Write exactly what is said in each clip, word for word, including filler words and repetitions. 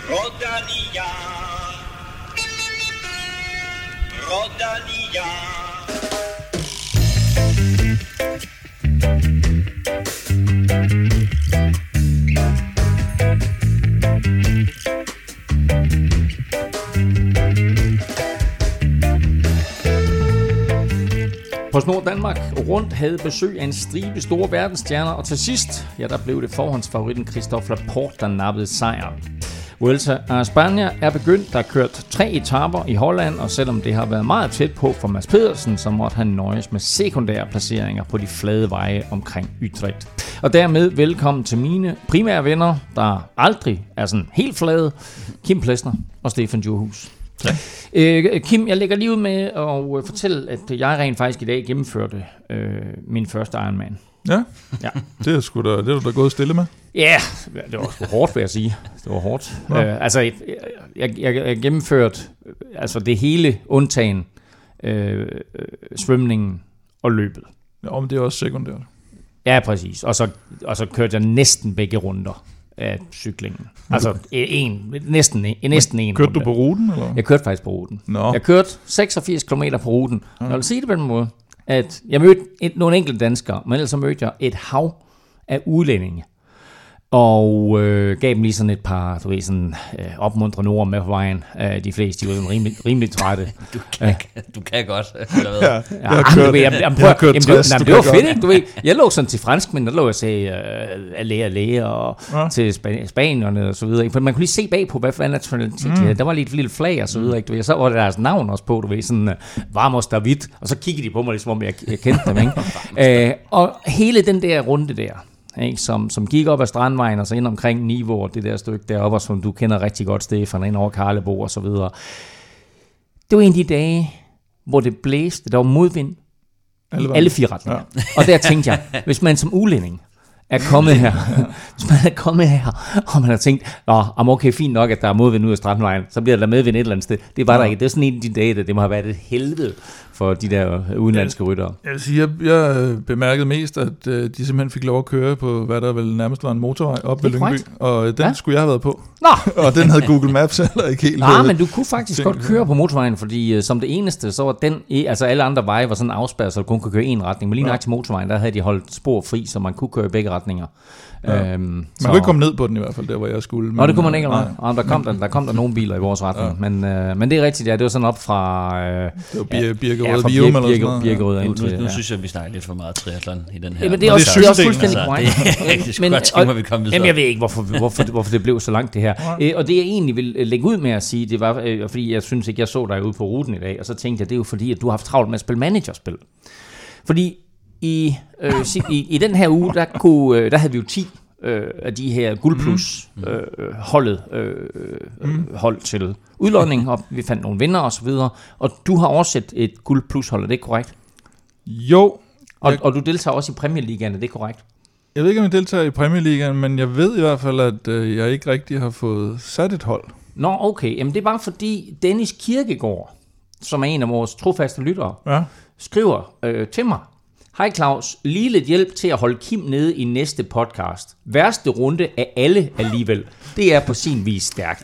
Rodalia. Rodalia. PostNord Danmark rundt havde besøg af en stribe store verdensstjerner, og til sidst, ja, der blev det forhåndsfavoritten Christophe Laporte, der nappede sejren. Vuelta a España er begyndt, der er kørt tre etaper i Holland, og selvom det har været meget tæt på for Mads Pedersen, så måtte han nøjes med sekundære placeringer på de flade veje omkring Utrecht. Og dermed velkommen til mine primære venner, der aldrig er sådan helt flade, Kim Plesner og Stefan Djurhus. Ja. Øh, Kim, jeg lægger lige ud med at fortælle, at jeg rent faktisk i dag gennemførte øh, min første Ironman. Ja, ja. Det er sgu da, det er du da gået stille med. Ja, yeah, det var sgu hårdt, vil jeg sige. Det var hårdt. Øh, altså, jeg, jeg, jeg, jeg gennemførte altså det hele undtagen øh, svømningen og løbet. Ja, men det er også sekundært. Ja, præcis. Og så, og så kørte jeg næsten begge runder af cyklingen. Altså en, næsten, næsten en Kørte runde. du på ruten? Eller? Jeg kørte faktisk på ruten. Nå. Jeg kørte seksogfirs kilometer på ruten. Ja. Jeg vil sige det på den måde, at jeg mødte et, nogle enkelte danskere, men ellers så mødte jeg et hav af udlændinge. Og øh, gav dem lige sådan et par, du ved, sådan øh, opmuntrende ord med på vejen. Øh, de fleste, de var sådan rimelig, rimelig trætte. Du kan, øh. du kan godt, eller hvad? Ja, ja, jeg har kørt, jeg, jeg, jeg, jeg kørt jamen, tres, det, det var fedt, ikke? Du ved, jeg lå sådan til fransk, men der lå jeg sagde uh, allé, allé, og ja. til Sp- spanierne og så videre. For man kunne lige se bagpå, hvad for en nationalitet mm. der var lige et lille flag og så videre, ikke? Du ved, så var der deres navn også på, du ved, sådan uh, Vamos David, og så kiggede de på mig, ligesom om jeg, jeg kendte dem, ikke? uh, og hele den der runde der, ikke, som, som gik op ad Strandvejen og så ind omkring Niveau, det der stykke deroppe, som du kender rigtig godt, Stefan, ind over Karlebo og så videre. Det var en af de dage, hvor det blæste, der var modvind, alle, alle fire retninger. Ja. Og der tænkte jeg, hvis man som udlænding er kommet her, hvis man er kommet her, og man har tænkt, nå, okay, fint nok, at der er modvind ud af Strandvejen, så bliver der medvind et eller andet sted. Det var ja. der ikke. Det er sådan en af de dage, der det må have været et helvede for de der udenlandske ryttere. Jeg vil sige, jeg, jeg bemærkede mest, at uh, de simpelthen fik lov at køre på, hvad der vel nærmest var en motorvej op ved Lyngby, og den ja? skulle jeg have været på. Nå. Og den havde Google Maps heller ikke helt. Nej, men du kunne faktisk godt køre på motorvejen, fordi uh, som det eneste, så var den, altså alle andre veje var sådan afspærret, så du kun kunne køre en retning, men lige nok til motorvejen, der havde de holdt spor fri, så man kunne køre i begge retninger. Ja. Øhm, man så... kunne ikke komme ned på den i hvert fald, der hvor jeg skulle. Nå, det kunne man ikke. Nej. Der kom der, der kom der nogle biler i vores retning, ja. men, øh, men det er rigtigt, ja, det var sådan op fra... Øh, det var Birkerød, ja, ja, Vium eller sådan noget. Birkerød ja. Nu, nu, nu ja. synes jeg, vi snakker lidt for meget triathlon i den her. Ja, men det er også, det er også fuldstændig korrekt. Det skulle godt tænke mig, vi kom videre. Jamen, jeg ved ikke, hvorfor, hvorfor, hvorfor det blev så langt det her. Ja. Og det jeg egentlig vil lægge ud med at sige, det var, øh, fordi jeg synes ikke, jeg så dig ude på ruten i dag, og så tænkte jeg, det er jo fordi, at du har haft travlt med at spille managerspil. Fordi i, øh, i, i den her uge, der, kunne, øh, der havde vi jo ti øh, af de her guldplus mm. øh, holdet øh, mm. hold til udlodning, og vi fandt nogle vinder og så videre, og du har også et, et guldplus hold, er det korrekt? Jo. Og, og du deltager også i Premier League'en, er det korrekt? Jeg ved ikke, om jeg deltager i Premier League'en, men jeg ved i hvert fald, at øh, jeg ikke rigtig har fået sat et hold. Nå, okay. Jamen, det er bare fordi Dennis Kirkegaard, som er en af vores trofaste lyttere, ja. skriver øh, til mig: Hej Claus, lige lidt hjælp til at holde Kim nede i næste podcast. Værste runde af alle alligevel. Det er på sin vis stærkt.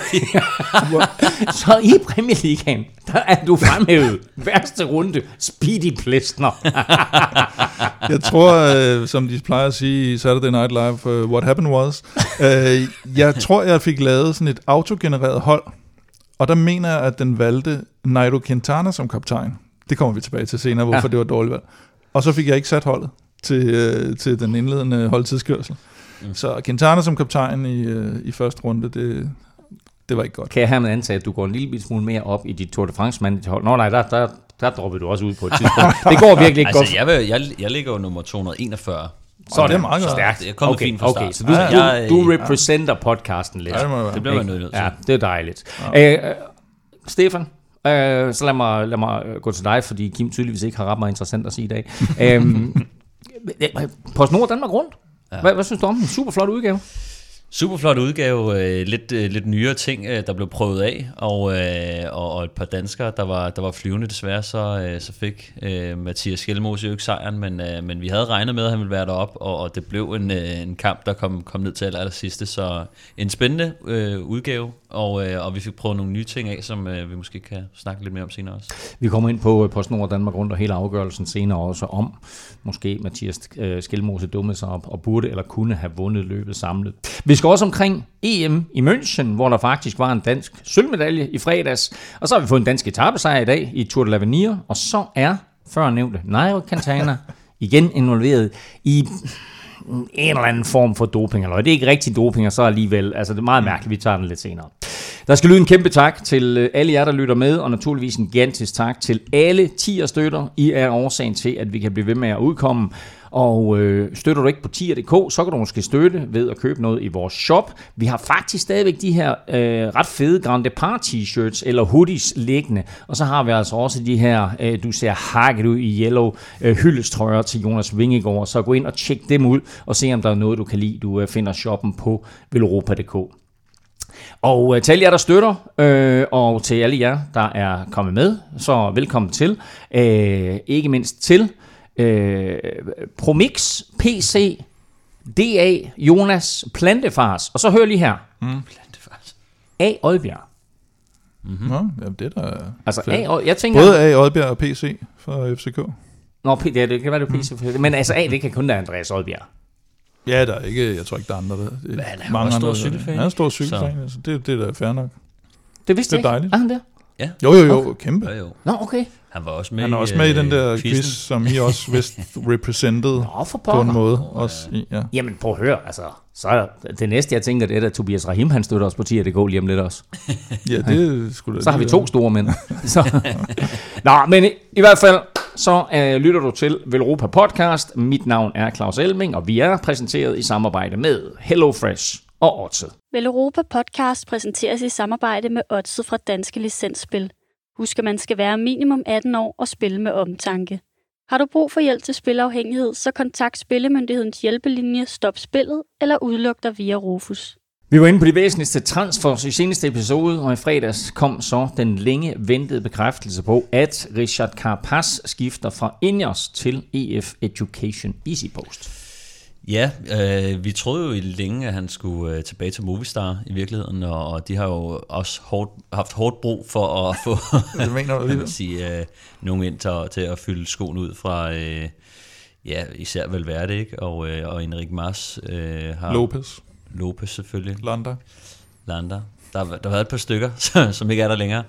Så i Premier League'en, der er du fremhævet. Værste runde, Speedy Plesner. Jeg tror, øh, som de plejer at sige i Saturday Night Live, uh, what happened was, øh, jeg tror, jeg fik lavet sådan et autogenereret hold, og der mener jeg, at den valgte Nairo Quintana som kaptajn. Det kommer vi tilbage til senere, hvorfor ja. det var et dårligt valg. Og så fik jeg ikke sat holdet til, øh, til den indledende holdtidskørsel. Mm. Så Quintana som kaptajn i, øh, i første runde, det, det var ikke godt. Kan jeg hermed antage, at du går en lille smule mere op i dit Tour de France managerhold? Nå nej, der, der, der droppede du også ud på et tidspunkt. Det går virkelig ikke altså, godt. Jeg, jeg, jeg ligger jo nummer to hundrede og enogfyrre. Så det er meget godt. Stærkt. Jeg er kommet okay, fint fra start. Okay, så du, ja, du, du repræsenter ja. podcasten lidt. Ja, det, det bliver man nødt til. Ja, det er dejligt. Ja. Øh, Stefan, øh, så lad mig, lad mig gå til dig, fordi Kim tydeligvis ikke har ret meget interessant at sige i dag. øhm, PostNord Danmark rundt. Ja. Hvad, hvad synes du om den? Super flot udgave. Superflot udgave, øh, lidt, øh, lidt nyere ting, øh, der blev prøvet af, og, øh, og, og et par danskere, der var, der var flyvende desværre, så, øh, så fik øh, Mathias Skjelmose jo ikke sejren, men, øh, men vi havde regnet med, at han ville være deroppe, og, og det blev en, øh, en kamp, der kom, kom ned til aller, aller sidste, så en spændende øh, udgave, og, øh, og vi fik prøvet nogle nye ting af, som øh, vi måske kan snakke lidt mere om senere også. Vi kommer ind på PostNord Danmark rundt og hele afgørelsen senere også om, måske Mathias øh, Skjelmose dummede sig op og burde eller kunne have vundet løbet samlet. Vi skal også omkring E M i München, hvor der faktisk var en dansk sølvmedalje i fredags, og så har vi fået en dansk etapesejr i dag i Tour de l'Avenir, og så er førnævnte Nairo Quintana igen involveret i en eller anden form for doping, eller det er ikke rigtig doping, og så alligevel, altså det er meget mærkeligt, vi tager den lidt senere. Der skal lyde en kæmpe tak til alle jer, der lytter med, og naturligvis en gigantisk tak til alle tier-støtter. I er årsagen til, at vi kan blive ved med at udkomme. Og øh, støtter du ikke på tier punktum d k, så kan du måske støtte ved at købe noget i vores shop. Vi har faktisk stadigvæk de her øh, ret fede Grand Depart t-shirts eller hoodies liggende. Og så har vi altså også de her, øh, du ser hakket ud i yellow, øh, hyldestrøjer til Jonas Vingegaard. Så gå ind og tjek dem ud og se, om der er noget, du kan lide. Du øh, finder shoppen på velropa punktum d k. Og øh, til alle jer, der støtter, øh, og til alle jer, der er kommet med, så velkommen til. Øh, ikke mindst til øh, Promix, P C, D A, Jonas, Plantefars. Og så hør lige her. Mm. Plantefars. A. Oddbjerg. Mm-hmm. Nå, jamen det er da altså, A, jeg tænker, både A. Oddbjerg og P C fra F C K. Nå, P, ja, det kan være, det er P C. Mm. Men altså A, det kan kun være Andreas Oddbjerg. Ja, der er ikke, jeg tror ikke, der er andre. Der. Men han er mange stor cykelfan. Han er stor cykelfan, altså, det, det er da fair nok. Det vidste det er dejligt. Er han der? Ja. Jo, jo, jo, okay. Kæmpe. Ja, jo. Nå, okay. Han var også med, han er også med i, i den der quizzen. quiz, som I også vist represented Nå, på en måde. Oh, også i, ja. Jamen, prøv at høre, altså, så er det næste, jeg tænker, det er, at Tobias Rahim, han støtter os på tier punktum d k lige om lidt også. Ja, det skulle da. Så har vi to store mænd. Så. Nå, men i, i hvert fald, så øh, lytter du til Velropa Podcast. Mit navn er Claus Elming, og vi er præsenteret i samarbejde med HelloFresh og Odset. Velropa Podcast præsenteres i samarbejde med Odset fra Danske Licensspil. Husk, at man skal være minimum atten år og spille med omtanke. Har du brug for hjælp til spilafhængighed, så kontakt Spillemyndighedens hjælpelinje Stop Spillet eller udluk dig via Rufus. Vi var inde på de væsentligste transfers i seneste episode, og i fredags kom så den længe ventede bekræftelse på, at Richard Carapaz skifter fra Ineos til E F Education EasyPost. Ja, øh, vi troede jo længe, at han skulle øh, tilbage til Movistar i virkeligheden, og, og de har jo også hårdt, haft hårdt brug for at få det mener du, kan man sige, øh, nogen ind til, til at fylde skoen ud fra, øh, ja, især Valverde, ikke? Og, øh, og Enric Mas øh, har... Lopez. Lopez selvfølgelig. Landa. Landa. Der, der har været et par stykker, som ikke er der længere.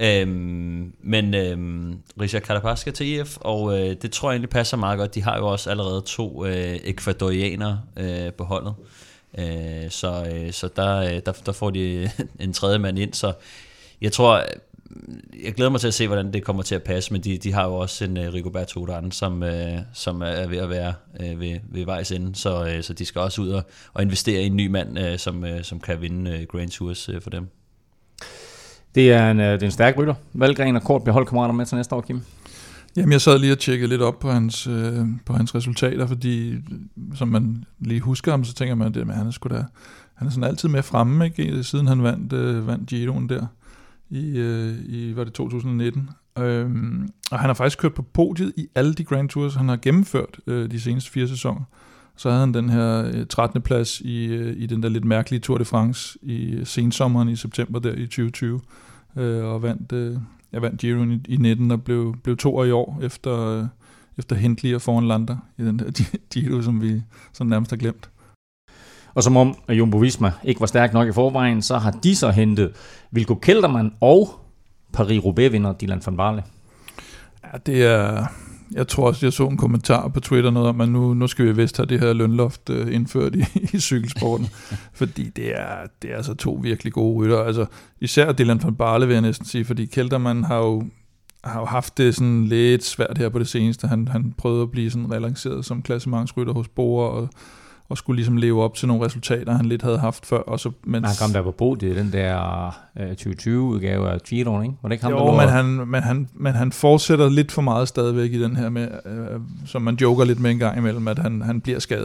Øhm, men øhm, Richard Carapaz skal til E F, og øh, det tror jeg egentlig passer meget godt. De har jo også allerede to øh, ekvadorianere øh, på holdet. Øh, så øh, så der, der, der får de en tredje mand ind. Så jeg tror, jeg glæder mig til at se, hvordan det kommer til at passe, men de, de har jo også en uh, Rigoberto Urán, som, uh, som er ved at være uh, ved, ved vejs ende, så, uh, så de skal også ud og, og investere i en ny mand, uh, som, uh, som kan vinde uh, Grand Tours uh, for dem. Det er en, det er en stærk rytter. Valgren og Kort bliver holdkammerater med til næste år, Kim. Jamen, jeg sad lige og tjekkede lidt op på hans, øh, på hans resultater, fordi som man lige husker ham, så tænker man, at han er sgu da, han er sådan altid med fremme, ikke? Siden han vandt, øh, vandt Giroen der i, øh, i var det to tusind nitten. Øhm, og han har faktisk kørt på podiet i alle de Grand Tours, han har gennemført øh, de seneste fire sæsoner. Så havde han den her øh, trettende plads i, øh, i den der lidt mærkelige Tour de France i sensommeren i september der i tyve tyve, øh, og vandt, øh, jeg vandt Giroen i, i nitten og blev, blev to år i år efter, øh, efter Hindley og foran Landa i den der Giro, som vi sådan nærmest har glemt. Og som om Jumbo Visma ikke var stærk nok i forvejen, så har de så hentet Wilco Kelderman og Paris-Roubaix-vinder Dylan van Baarle. Ja, det er... Jeg tror også, jeg så en kommentar på Twitter noget om, at nu, nu skal vi vist have det her lønloft uh, indført i, i cykelsporten, fordi det er, det er altså to virkelig gode rytter. Altså, især Dylan van Baarle vil jeg næsten sige, fordi Kelderman har jo, har jo haft det sådan lidt svært her på det seneste. Han, han prøvede at blive sådan relanceret som klassementsrytter hos Bora, og og skulle ligesom leve op til nogle resultater, han lidt havde haft før. Og så, mens... Han kom der på podiet, den der uh, tyve tyve-udgave af Giroen, ikke? Var det ikke ham, jo, der men han, men, han, men han fortsætter lidt for meget stadigvæk i den her med, uh, som man joker lidt med en gang imellem, at han, han bliver skadet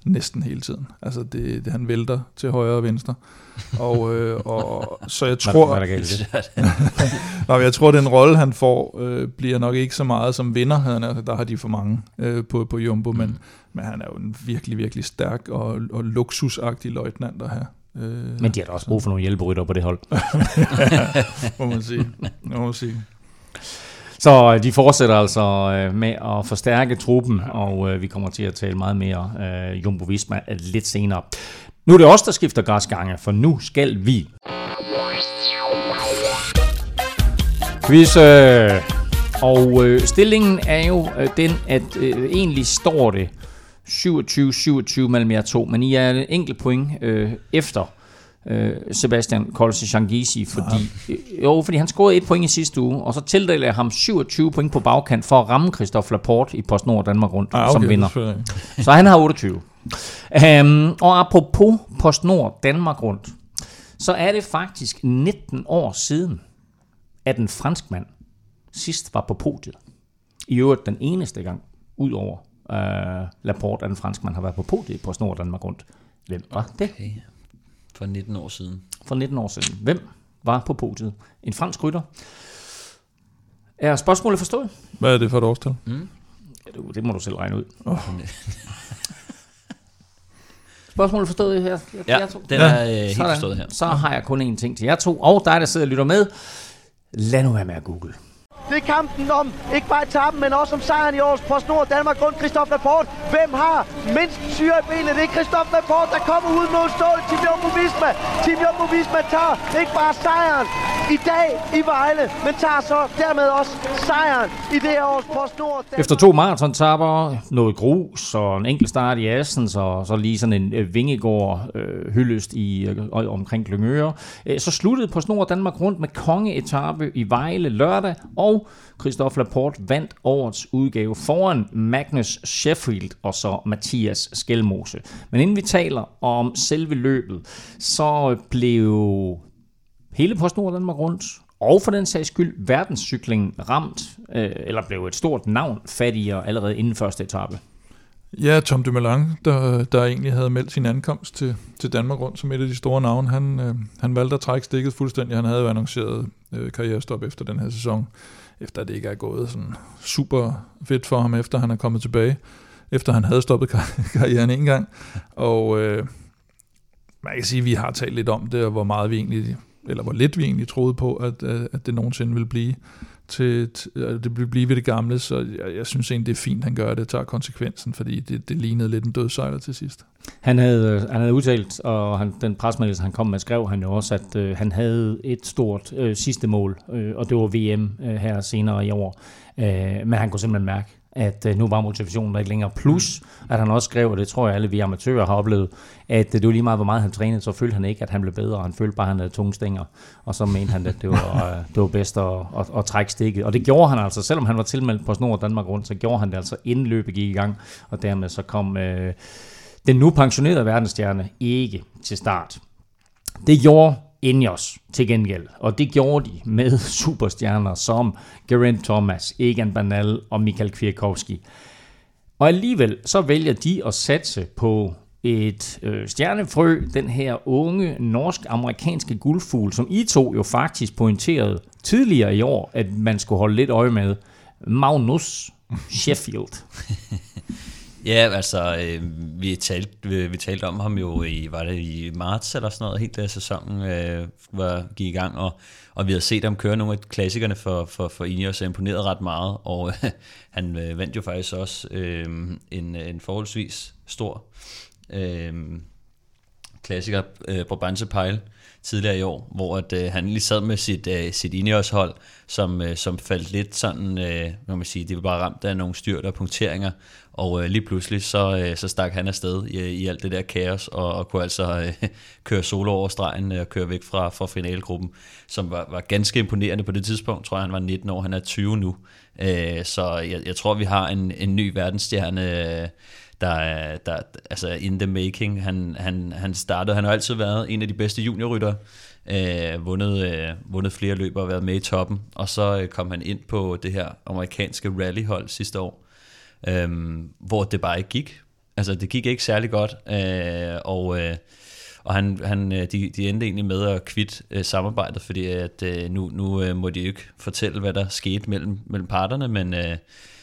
næsten hele tiden. Altså det, det han vælter til højre og venstre. Og, øh, og så jeg tror, hvad, hvad Nå, jeg tror den rolle han får øh, bliver nok ikke så meget som vinder. Han er, der har de for mange øh, på på Jumbo, mm. men, men han er jo en virkelig virkelig stærk og, og luksusagtig løjtnant at have. Øh, men de har da også brug for nogle hjælperytter på det hold. Ja, må man sige. Må man sige. Så de fortsætter altså øh, med at forstærke truppen, og øh, vi kommer til at tale meget mere øh, Jumbo Visma lidt senere. Nu er det os, der skifter græsgange, for nu skal vi. Quiz, øh, og øh, stillingen er jo øh, den, at øh, egentlig står det syvogtyve syvogtyve mellem jer to, men I er en enkelt point øh, efter øh, Sebastian Colse-Changizi, fordi, øh, jo, fordi han scorede et point i sidste uge, og så tildeler jeg ham syvogtyve point på bagkant for at ramme Christophe Laporte i PostNord Danmark Rundt ah, okay, som vinder. Så han har otteogtyve. Um, og apropos PostNord Danmark Rundt, så er det faktisk nitten år siden, at en franskmand sidst var på podiet. I øvrigt den eneste gang, ud over uh, Laporte, at en franskmand har været på podiet i PostNord Danmark Rundt. Hvem var det? Okay. For nitten år siden. For nitten år siden. Hvem var på podiet? En fransk rytter. Er spørgsmålet forstået? Hvad er det for et årstal? Mm. Ja, det må du selv regne ud. Oh. Spørgsmålet forstået her? Ja, den er øh, helt Sådan. forstået her. Så har jeg kun én ting til jer to, og dig, der sidder og lytter med. Lad nu være med at google. Det er kampen om ikke bare etappen, men også om sejren i års PostNord Danmark Rundt. Christophe Laporte. Hvem har mindst syre i benet? Det er Christophe Laporte, der kommer ud mod stål. Team Jumbo Visma. Team Jumbo Visma tager ikke bare sejren i dag i Vejle, men tager så dermed også sejren i det her års PostNord Danmark. Efter to maratonetapper, noget grus og en enkelt start i Assens, og så lige sådan en øh, Vingegård øh, hyldest i øh, omkring Lyngøre, øh, så sluttede PostNord Danmark Rundt med kongeetape i Vejle lørdag, og Christophe Laporte vandt årets udgave foran Magnus Sheffield og så Mathias Skelmose. Men inden vi taler om selve løbet, så blev hele PostNord Danmark Rundt, og for den sags skyld verdenscyklingen ramt, øh, eller blev et stort navn fattigere allerede inden første etape. Ja, Tom Dumoulin, der, der egentlig havde meldt sin ankomst til, til Danmark Rundt som et af de store navne, han, øh, han valgte at trække stikket fuldstændig. Han havde jo annonceret øh, karrierestop efter den her sæson, efter at det ikke er gået sådan super fedt for ham, efter han er kommet tilbage, efter han havde stoppet kar- karrieren en gang. Og øh, man kan sige, at vi har talt lidt om det, og hvor meget vi egentlig, eller hvor lidt vi egentlig troede på, at, at det nogensinde ville blive til, til at det ville blive ved det gamle, så jeg, jeg synes egentlig, det er fint, han gør det, tager konsekvensen, fordi det, det lignede lidt en dødsejler til sidst. Han havde, han havde udtalt, og han, den pressemeddelelse, han kom med, skrev han jo også, at øh, han havde et stort øh, sidste mål, øh, og det var V M øh, her senere i år. Øh, men han kunne simpelthen mærke, at øh, nu var motivationen der ikke længere. Plus, at han også skrev, og det tror jeg alle vi amatører har oplevet, at øh, det var lige meget, hvor meget han trænede, så følte han ikke, at han blev bedre. Han følte bare, at han havde tunge stænger, og så mente han, at det var, øh, det var bedst at, at, at trække stikket. Og det gjorde han altså, selvom han var tilmeldt på PostNord Danmark Rundt, så gjorde han det altså inden løbet gik i gang, og dermed så kom øh, den nu pensionerede verdensstjerne ikke til start. Det gjorde Ineos til gengæld, og det gjorde de med superstjerner som Geraint Thomas, Egan Bernal og Michael Kwiatkowski. Og alligevel så vælger de at satse på et øh, stjernefrø, den her unge norsk-amerikanske guldfugl, som I to jo faktisk pointerede tidligere i år, at man skulle holde lidt øje med, Magnus Sheffield. Ja, altså, øh, vi, talte, vi, vi talte om ham jo i, var det i marts eller sådan noget, helt da sæsonen øh, var, gik i gang, og, og vi havde set ham køre nogle af klassikerne for, for, for Ineos, og imponeret ret meget, og øh, han øh, vandt jo faktisk også øh, en, en forholdsvis stor øh, klassiker, øh, Brabantse Pejl, tidligere i år, hvor at, øh, han lige sad med sit, øh, sit Ineos-hold, som, øh, som faldt lidt sådan, øh, man sige, det var bare ramt af nogle styrt og punkteringer, og øh, lige pludselig så, øh, så stak han afsted i, i alt det der kaos, og, og kunne altså øh, køre solo over stregen og køre væk fra, fra finalegruppen, som var, var ganske imponerende på det tidspunkt. Tror jeg, han var nitten år, han er tyve nu. Øh, så jeg, jeg tror, vi har en, en ny verdensstjerne, øh, der er der, altså in the making. Han, han, han startede, han har altid været en af de bedste juniorrytter, øh, vundet, øh, vundet flere løb og været med i toppen, og så øh, kom han ind på det her amerikanske rallyhold sidste år, øh, hvor det bare ikke gik. Altså, det gik ikke særlig godt, øh, og, øh, og han, han, de, de endte egentlig med at kvitte øh, samarbejdet, fordi at, øh, nu, nu øh, må de jo ikke fortælle, hvad der skete mellem, mellem parterne, men, øh,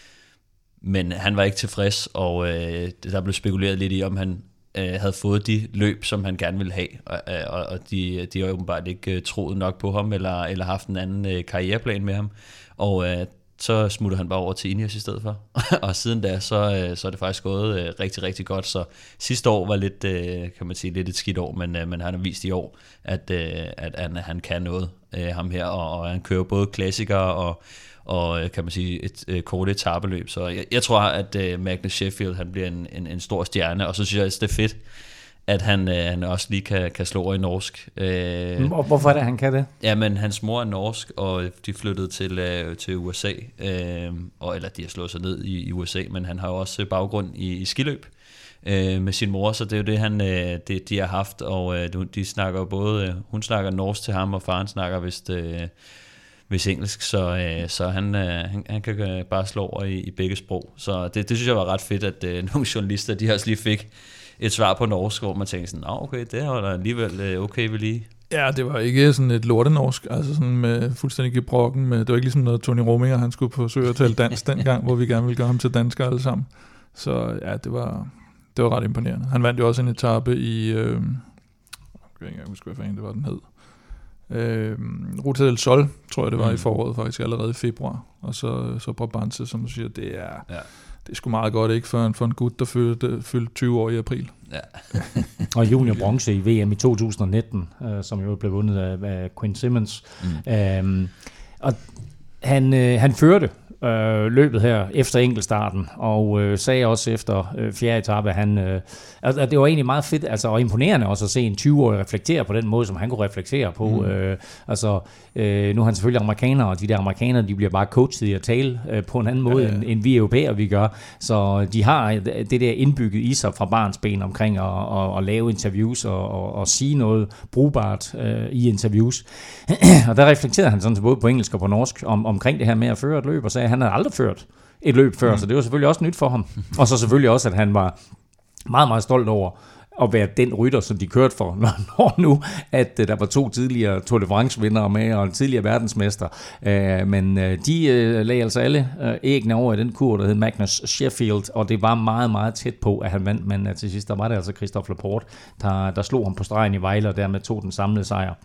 men han var ikke tilfreds, og øh, der blev spekuleret lidt i, om han øh, havde fået de løb, som han gerne ville have, og, og, og de, de har åbenbart ikke øh, troet nok på ham, eller, eller haft en anden øh, karriereplan med ham, og øh, så smutter han bare over til Ineos i stedet for. Og siden da, så, så er det faktisk gået rigtig, rigtig godt. Så sidste år var lidt, kan man sige, lidt et skidt år, men, men han har vist i år, at, at han, han kan noget, ham her. Og, og han kører både klassikere og, og kan man sige, et, et kort etapeløb. Så jeg, jeg tror, at Magnus Sheffield, han bliver en, en, en stor stjerne. Og så synes jeg, at det er fedt, at han, øh, han også lige kan, kan slå over i norsk. Øh, Hvorfor er det, han kan det? Jamen, hans mor er norsk, og de flyttede til, øh, til U S A, øh, og, eller de har slået sig ned i, i U S A, men han har jo også baggrund i, i skiløb øh, med sin mor, så det er jo det, han, øh, det, de har haft, og øh, de snakker jo både, øh, hun snakker norsk til ham, og faren snakker vist, øh, vist engelsk, så, øh, så han, øh, han, han kan bare slå over i, i begge sprog. Så det, det synes jeg var ret fedt, at øh, nogle journalister, de også lige fik et svar på norsk, hvor man tænker sådan, okay, det holder alligevel okay ved lige. Ja, det var ikke sådan et lortenorsk, altså sådan med fuldstændig gebrokken, med, det var ikke ligesom noget Tony Rominger, han skulle forsøge at tale dansk dengang, hvor vi gerne ville gøre ham til dansker alle sammen. Så ja, det var, det var ret imponerende. Han vandt jo også en etape i, øh, jeg kan ikke engang huske, hvad fanden det var, den hed. Øh, Ruta del Sol, tror jeg det var mm. i foråret, faktisk allerede i februar, og så, så Brabantse, som du siger, det er... Ja. Det er sgu meget godt, ikke, for en, for en gut, der fyldte, fyldte tyve år i april. Ja. Og junior bronze i V M i to tusind nitten, øh, som jo blev vundet af, af Quinn Simmons. Mm. Øhm, og han, øh, han førte øh, løbet her efter enkeltstarten, og øh, sagde også efter øh, fjerde etape, at han, øh, altså, det var egentlig meget fedt, altså, og imponerende også at se en tyve-årig reflektere på den måde, som han kunne reflektere på. Mm. Øh, altså, øh, nu er han selvfølgelig amerikaner, og de der amerikanere, de bliver bare coachet i at tale øh, på en anden måde, ja, ja. End, end vi europæer, vi gør. Så de har det der indbygget i sig fra barnsben omkring at, at, at lave interviews og, og, og sige noget brugbart øh, i interviews. Og der reflekterede han sådan både på engelsk og på norsk om, omkring det her med at føre et løb, og sagde, at han havde aldrig ført et løb før, mm. så det var selvfølgelig også nyt for ham. Og så selvfølgelig også, at han var meget, meget stolt over at være den rytter, som de kørte for, når nu, at der var to tidligere Tour de France-vindere med, og en tidligere verdensmester. Men de lagde altså alle æggene over i den kur, der hed Magnus Sheffield, og det var meget, meget tæt på, at han vandt, men til sidst, der var det altså Christophe Laporte, der, der slog ham på stregen i Vejle, og dermed tog den samlede sejr.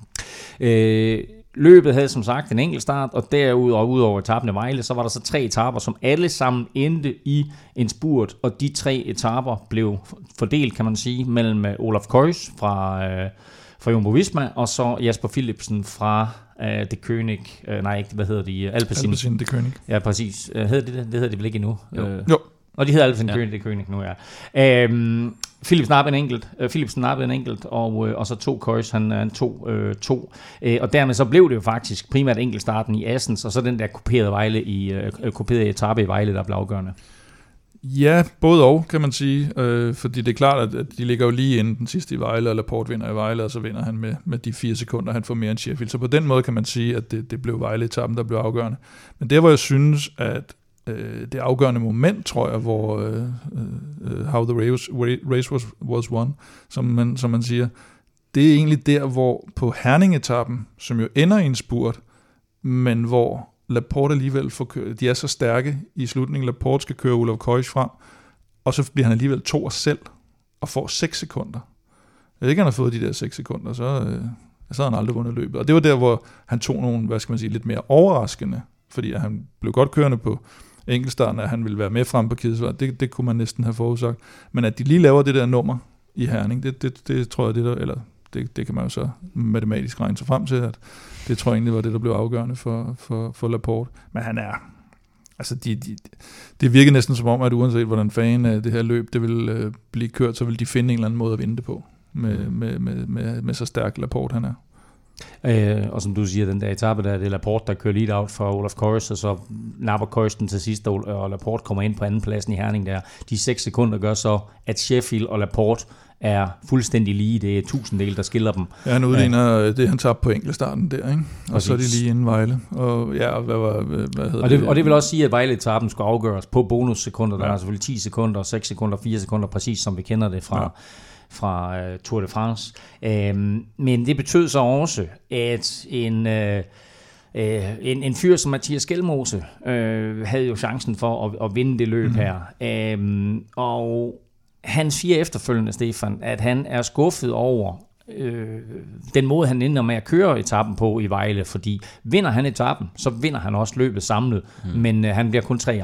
Løbet havde som sagt en enkelt start, og derudover ud over etappen i Vejle, så var der så tre etaper, som alle sammen endte i en spurt, og de tre etaper blev fordelt, kan man sige, mellem Olaf Koijs fra, øh, fra Jumbo Visma, og så Jasper Philipsen fra øh, De Koning, øh, nej ikke, hvad hedder de? Alpecin. Alpecin De Koning. Ja, præcis. Øh, hedder det det? Det hedder de vel ikke endnu? Jo. Øh, jo. Og de hedder Alpecin ja. De Koning nu, ja. Øhm, Philipsen nappede en enkelt, uh, Philipsen nappede en enkelt, og, uh, og så to Koijs, han, han tog uh, to. Uh, og dermed så blev det jo faktisk primært enkeltstarten i Assens, og så den der kuperede Vejle i, uh, kuperede etape i Vejle, der blev afgørende. Ja, både og, kan man sige, øh, fordi det er klart, at, at de ligger jo lige inden den sidste i Vejle, og Laporte vinder i Vejle, og så vinder han med, med de fire sekunder, han får mere end Sheffield. Så på den måde kan man sige, at det, det blev Vejle-etappen, der blev afgørende. Men der, hvor jeg synes, at det afgørende moment, tror jeg, hvor uh, uh, how the race, race was, was won, som man, som man siger, det er egentlig der, hvor på Herning-etappen, som jo ender i en spurt, men hvor Laporte alligevel får kørt, de er så stærke i slutningen, Laporte skal køre Olaf Koijs frem, og så bliver han alligevel toer selv, og får seks sekunder. Hvis ikke han har fået de der seks sekunder, så, uh, så har han aldrig vundet løbet. Og det var der, hvor han tog nogle, hvad skal man sige, lidt mere overraskende, fordi han blev godt kørende på enkeltstarten, at han ville være med frem på Kidesvej, det, det kunne man næsten have forudsagt. Men at de lige laver det der nummer i Herning, det, det, det tror jeg, det der, eller det, det kan man jo så matematisk regne sig frem til, at det tror jeg egentlig var det, der blev afgørende for, for, for Laporte. Men han er, altså de, de, det virker næsten som om, at uanset hvordan fanden af det her løb, det vil øh, blive kørt, så vil de finde en eller anden måde at vinde det på, med, med, med, med, med så stærk Laporte han er. Øh, og som du siger, den der etape, der er det Laporte, der kører lead out for Olaf Koers, og så napper Koers den til sidst, og Laporte kommer ind på anden pladsen i Herning der. De seks sekunder gør så, at Sheffield og Laporte er fuldstændig lige. Det er tusinddel, der skiller dem. Ja, han udligner det, han tabte på enkeltstarten der, ikke? Og præcis. Så er de lige inden Vejle. Og ja, hvad, var, hvad hedder og det, det? Og det vil også sige, at Vejle-etappen skulle afgøres på bonussekunder. Der ja. er selvfølgelig ti sekunder, seks sekunder, fire sekunder, præcis som vi kender det fra... Ja. fra uh, Tour de France. Um, men det betød så også, at en, uh, uh, en, en fyr som Mathias Skelmose uh, havde jo chancen for at, at vinde det løb mm-hmm. her. Um, og han siger efterfølgende, Stefan, at han er skuffet over uh, den måde, han ender med at køre etappen på i Vejle, fordi vinder han etappen, så vinder han også løbet samlet, mm. men uh, han bliver kun treer.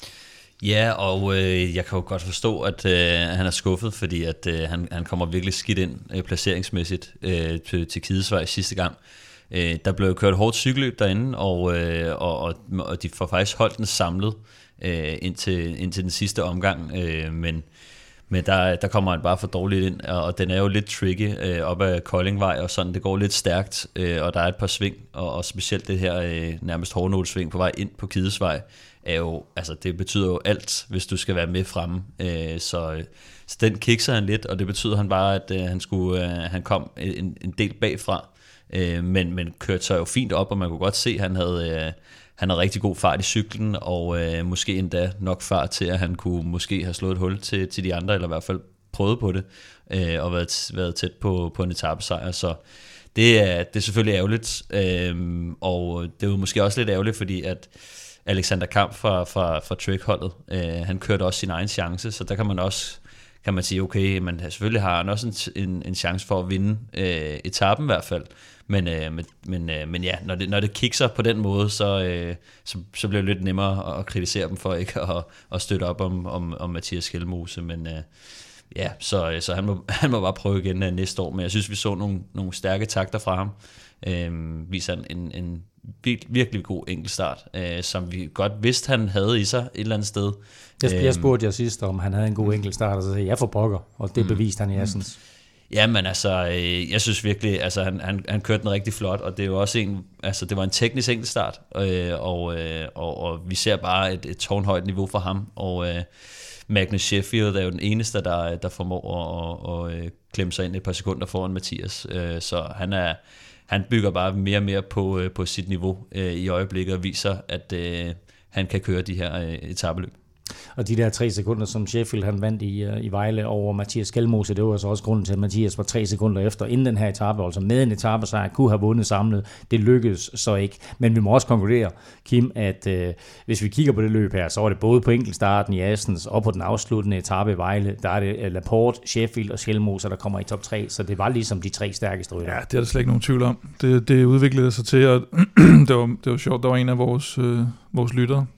Ja, og øh, jeg kan jo godt forstå, at øh, han er skuffet, fordi at, øh, han, han kommer virkelig skidt ind øh, placeringsmæssigt øh, til, til Kidesvej sidste gang. Øh, der blev kørt hårdt cykelløb derinde, og, øh, og, og, og de får faktisk holdt den samlet øh, indtil, indtil den sidste omgang, øh, men, men der, der kommer han bare for dårligt ind, og, og den er jo lidt tricky øh, op ad Koldingvej, og sådan, det går lidt stærkt, øh, og der er et par sving, og, og specielt det her øh, nærmest hårdnålsving på vej ind på Kidesvej, er jo, altså det betyder jo alt, hvis du skal være med fremme. Øh, så, så den kikser han lidt, og det betyder han bare, at øh, han, skulle, øh, han kom en, en del bagfra, øh, men, men kørte sig jo fint op, og man kunne godt se, at han havde, øh, han havde rigtig god fart i cyklen, og øh, måske endda nok fart til, at han kunne måske have slået et hul til, til de andre, eller i hvert fald prøvet på det, øh, og været, været tæt på, på en etapesejr. Så det er, det er selvfølgelig ærgerligt, øh, og det er jo måske også lidt ærgerligt, fordi at Alexander Kamp fra, fra, fra Trek-holdet, øh, han kørte også sin egen chance, så der kan man også, kan man sige, okay, men selvfølgelig har han også en, en, en chance for at vinde øh, etappen i hvert fald, men, øh, men, men, øh, men ja, når det, når det kikser på den måde, så, øh, så, så bliver det lidt nemmere at kritisere dem for ikke at, at støtte op om, om, om Mathias Skelmose, men øh, ja, så, så han, må, han må bare prøve igen uh, næste år, men jeg synes, vi så nogle, nogle stærke takter fra ham, øh, viser en, en virkelig god enkeltstart, øh, som vi godt vidste, han havde i sig et eller andet sted. Jeg, jeg spurgte jer sidst, om han havde en god enkeltstart, og så sagde jeg for pokker, og det beviste han i Assens. Ja, men altså, øh, jeg synes virkelig, altså han, han, han kørte den rigtig flot, og det er jo også en, altså det var en teknisk enkeltstart, øh, og, øh, og, og vi ser bare et, et tårnhøjt niveau for ham, og øh, Magnus Sheffield er jo den eneste, der, der formår at, at, at klemme sig ind et par sekunder foran Mathias, øh, så han er Han bygger bare mere og mere på, på sit niveau øh, i øjeblikket og viser, at øh, han kan køre de her øh, etapeløb. Og de der tre sekunder, som Sheffield han vandt i, i Vejle over Mathias Skelmose, det var så også grunden til, at Mathias var tre sekunder efter inden den her etape, altså med en etape, så han kunne have vundet samlet. Det lykkedes så ikke. Men vi må også konkludere, Kim, at øh, hvis vi kigger på det løb her, så var det både på enkeltstarten i Assens og på den afsluttende etape i Vejle, der er det Laporte, Sheffield og Skelmose, der kommer i top tre, så det var ligesom de tre stærkeste rytter. Ja, det er der slet ikke nogen tvivl om. Det, det udviklede sig til, og det, var, det var sjovt, der var en af vores, øh, vores lyttere,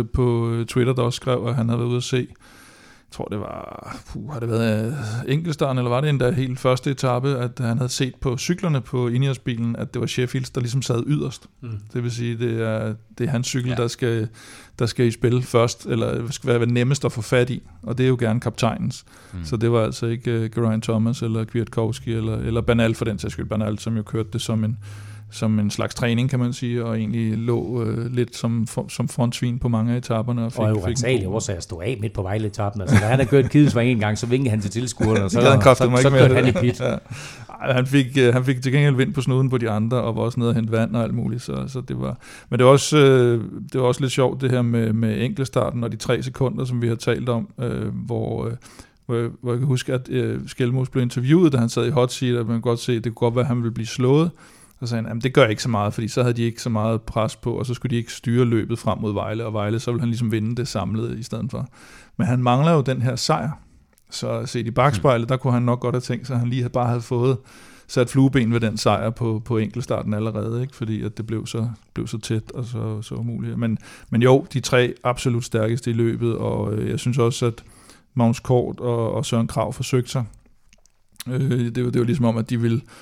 på Twitter, der også skrev, at han havde været ude at se, jeg tror det var, puh, har det været enkeltstarten, eller var det endda helt første etape, at han havde set på cyklerne på Ineos-bilen, at det var Sheffield, der ligesom sad yderst. Mm. Det vil sige, det er, det er hans cykel, ja. der, skal, der skal i spil først, eller skal være nemmest at få fat i, og det er jo gerne kaptajnens. Mm. Så det var altså ikke uh, Geraint Thomas, eller Kwiatkowski, eller, eller Bernal for den sags skyld. Bernal, som jo kørte det som en som en slags træning, kan man sige, og egentlig lå øh, lidt som, for, som frontsvin på mange af etaperne. Og, fik, og jo retsagelig også at stå af midt på Vejle-etappen. Altså, da han havde kørt Kidesvej en gang, så vinkede han til tilskuerne, og så, så, så, så kørte han i pit. Ja. Han fik, øh, han fik til gengæld vind på snuden på de andre, og var også nede og hente vand og alt muligt. Så, så det var, men det var, også, øh, det var også lidt sjovt, det her med, med enkeltstarten og de tre sekunder, som vi har talt om, øh, hvor... Øh, Hvor jeg, hvor jeg kan huske, at øh, Skelmose blev interviewet, da han sad i hot seat, og man kan godt se, at det kunne godt være, at han ville blive slået. Så sagde han, at det gør ikke så meget, fordi så havde de ikke så meget pres på, og så skulle de ikke styre løbet frem mod Vejle, og Vejle, så ville han ligesom vinde det samlede i stedet for. Men han mangler jo den her sejr. Så set i bagspejlet, der kunne han nok godt have tænkt sig, at han lige bare havde fået sat flueben ved den sejr på, på enkeltstarten allerede, ikke? Fordi at det blev så, blev så tæt og så, så umuligt. Men, men jo, de tre absolut stærkeste i løbet, og øh, jeg synes også, at Magnus Kort og, og Søren Kragh forsøgte sig. Øh, det, var, det var ligesom om, at de ville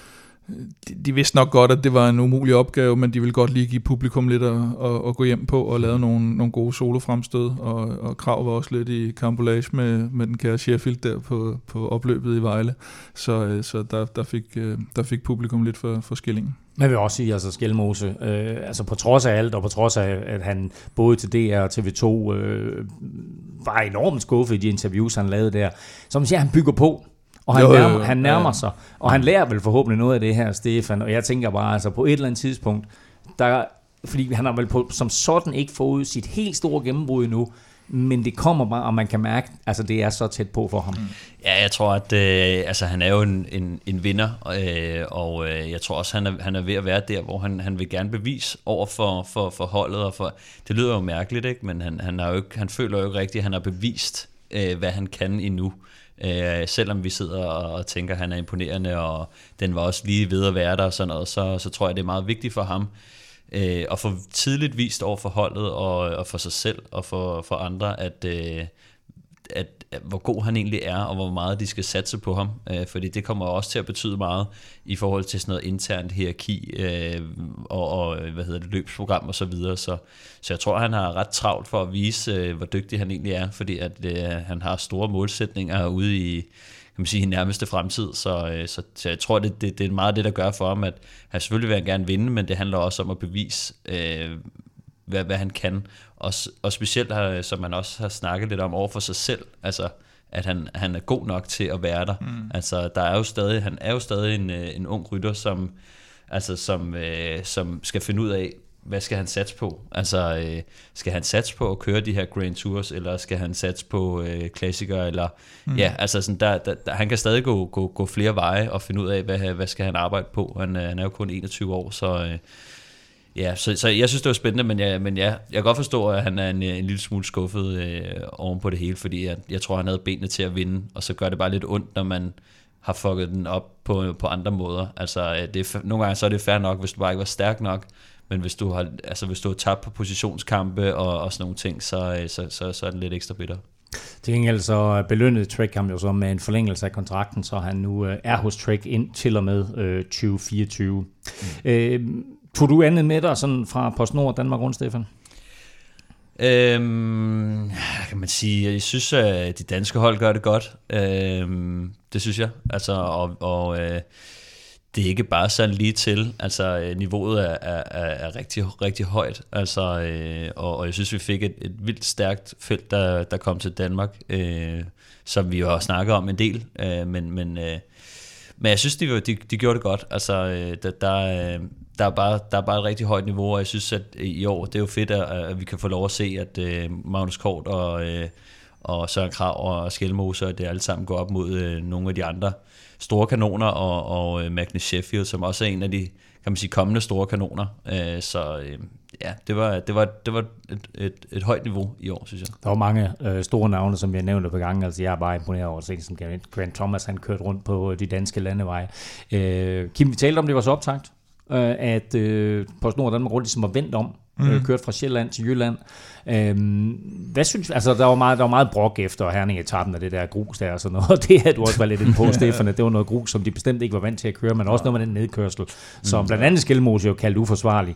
de, de vidste nok godt, at det var en umulig opgave, men de ville godt lige give publikum lidt at, at, at gå hjem på og lave nogle, nogle gode solofremstød, og, og Krav var også lidt i kampolage med, med den kære Sheffield der på, på opløbet i Vejle, så, så der, der, fik, der fik publikum lidt for, for skillingen. Men jeg vil også sige, altså Skelmose, øh, altså på trods af alt, og på trods af, at han både til D R og T V to øh, var enormt skuffet i de interviews, han lavede der, som siger, han bygger på, og han, jo, nærmer, jo, han nærmer ja. sig, og han lærer vel forhåbentlig noget af det her, Stefan, og jeg tænker bare, altså på et eller andet tidspunkt, der, fordi han har vel på, som sådan ikke fået sit helt store gennembrud endnu, men det kommer bare, og man kan mærke, altså det er så tæt på for ham. Ja, jeg tror, at øh, altså, han er jo en, en, en vinder, øh, og øh, jeg tror også, han er, han er ved at være der, hvor han, han vil gerne bevise over for, for, for holdet, og for, det lyder jo mærkeligt, ikke? Men han, han, er jo ikke, han føler jo ikke rigtigt, at han har bevist, øh, hvad han kan endnu. Øh, selvom vi sidder og, og tænker, at han er imponerende, og den var også lige ved at være der, og sådan noget, så, så tror jeg, det er meget vigtigt for ham, Øh, og få tidligt vist over for holdet og, og for sig selv og for, for andre, at, øh, at, at hvor god han egentlig er, og hvor meget de skal satse på ham, øh, fordi det kommer også til at betyde meget i forhold til sådan noget internt hierarki øh, og, og hvad hedder det, løbsprogram og så videre, så, så jeg tror, han har ret travlt for at vise, øh, hvor dygtig han egentlig er, fordi at øh, han har store målsætninger ude i, kan man sige, i nærmeste fremtid, så, så, så jeg tror, det, det, det er meget det, der gør for ham, at han selvfølgelig vil han gerne vinde, men det handler også om at bevise, øh, hvad, hvad han kan, og, og specielt, har, som man også har snakket lidt om over for sig selv, altså, at han, han er god nok til at være der. Mm. Altså, der er jo stadig, han er jo stadig en, en ung rytter, som, altså, som, øh, som skal finde ud af, hvad skal han satse på? Altså, øh, skal han satse på at køre de her Grand Tours, eller skal han satse på øh, klassikere, eller mm. ja, altså sådan, der, der, der, han kan stadig gå, gå, gå flere veje og finde ud af, hvad, hvad skal han arbejde på. Han, øh, han er jo kun enogtyve år, så øh, ja, så, så jeg synes, det var spændende, men, jeg, men ja, jeg kan godt forstå, at han er en, en lille smule skuffet øh, oven på det hele, fordi jeg, jeg tror, han havde benene til at vinde, og så gør det bare lidt ondt, når man har fucket den op på, på andre måder. Altså, det er, nogle gange så er det fair nok, hvis du bare ikke var stærk nok, men hvis du har, altså hvis du har tabt på positionskampe og, og sådan nogle ting, så, så, så, så er den lidt ekstra bitter. Til gengæld så belønnede Trek ham jo så med en forlængelse af kontrakten, så han nu er hos Trek ind til og med øh, tyve fireogtyve. Mm. Øh, tog du andet med dig sådan fra PostNord Danmark rundt, Stefan? Øhm, kan man sige, jeg synes, at de danske hold gør det godt. Øhm, det synes jeg. Altså, og, og øh, det er ikke bare sådan lige til. Altså, niveauet er, er, er rigtig, rigtig højt. Altså, øh, og, og jeg synes, vi fik et, et vildt stærkt felt, der, der kom til Danmark, øh, som vi jo har snakket om en del. Øh, men, men, øh, men jeg synes, de, de, de gjorde det godt. Altså, øh, der, der, der, er bare, der er bare et rigtig højt niveau, og jeg synes, at i år, det er jo fedt, at, at vi kan få lov at se, at øh, Magnus Kort og, øh, og Søren Krav og Skelmose, at det alle sammen går op mod øh, nogle af de andre store kanoner, og, og Magnus Sheffield, som også er en af de, kan man sige, kommende store kanoner. Øh, så øh, ja, det var, det var, det var et, et, et højt niveau i år, synes jeg. Der var mange øh, store navne, som vi har nævnt på gangen. Altså, jeg er bare imponeret over at se, som Grant Thomas, han kørte rundt på de danske landeveje. Øh, Kim, vi talte om, det var så optakt, øh, at øh, PostNord Danmark rundt ligesom var vendt om, Mm. Øh, kørt fra Sjælland til Jylland. Øhm, hvad synes altså der var meget der var meget brok efter Herning-etappen af det der grus der og sådan noget. Og det havde du også været lidt inde på, Stefan, at det var noget grus, som de bestemt ikke var vant til at køre, men også noget med den nedkørsel, som mm. blandt andet Skelmose jo kaldte uforsvarlig.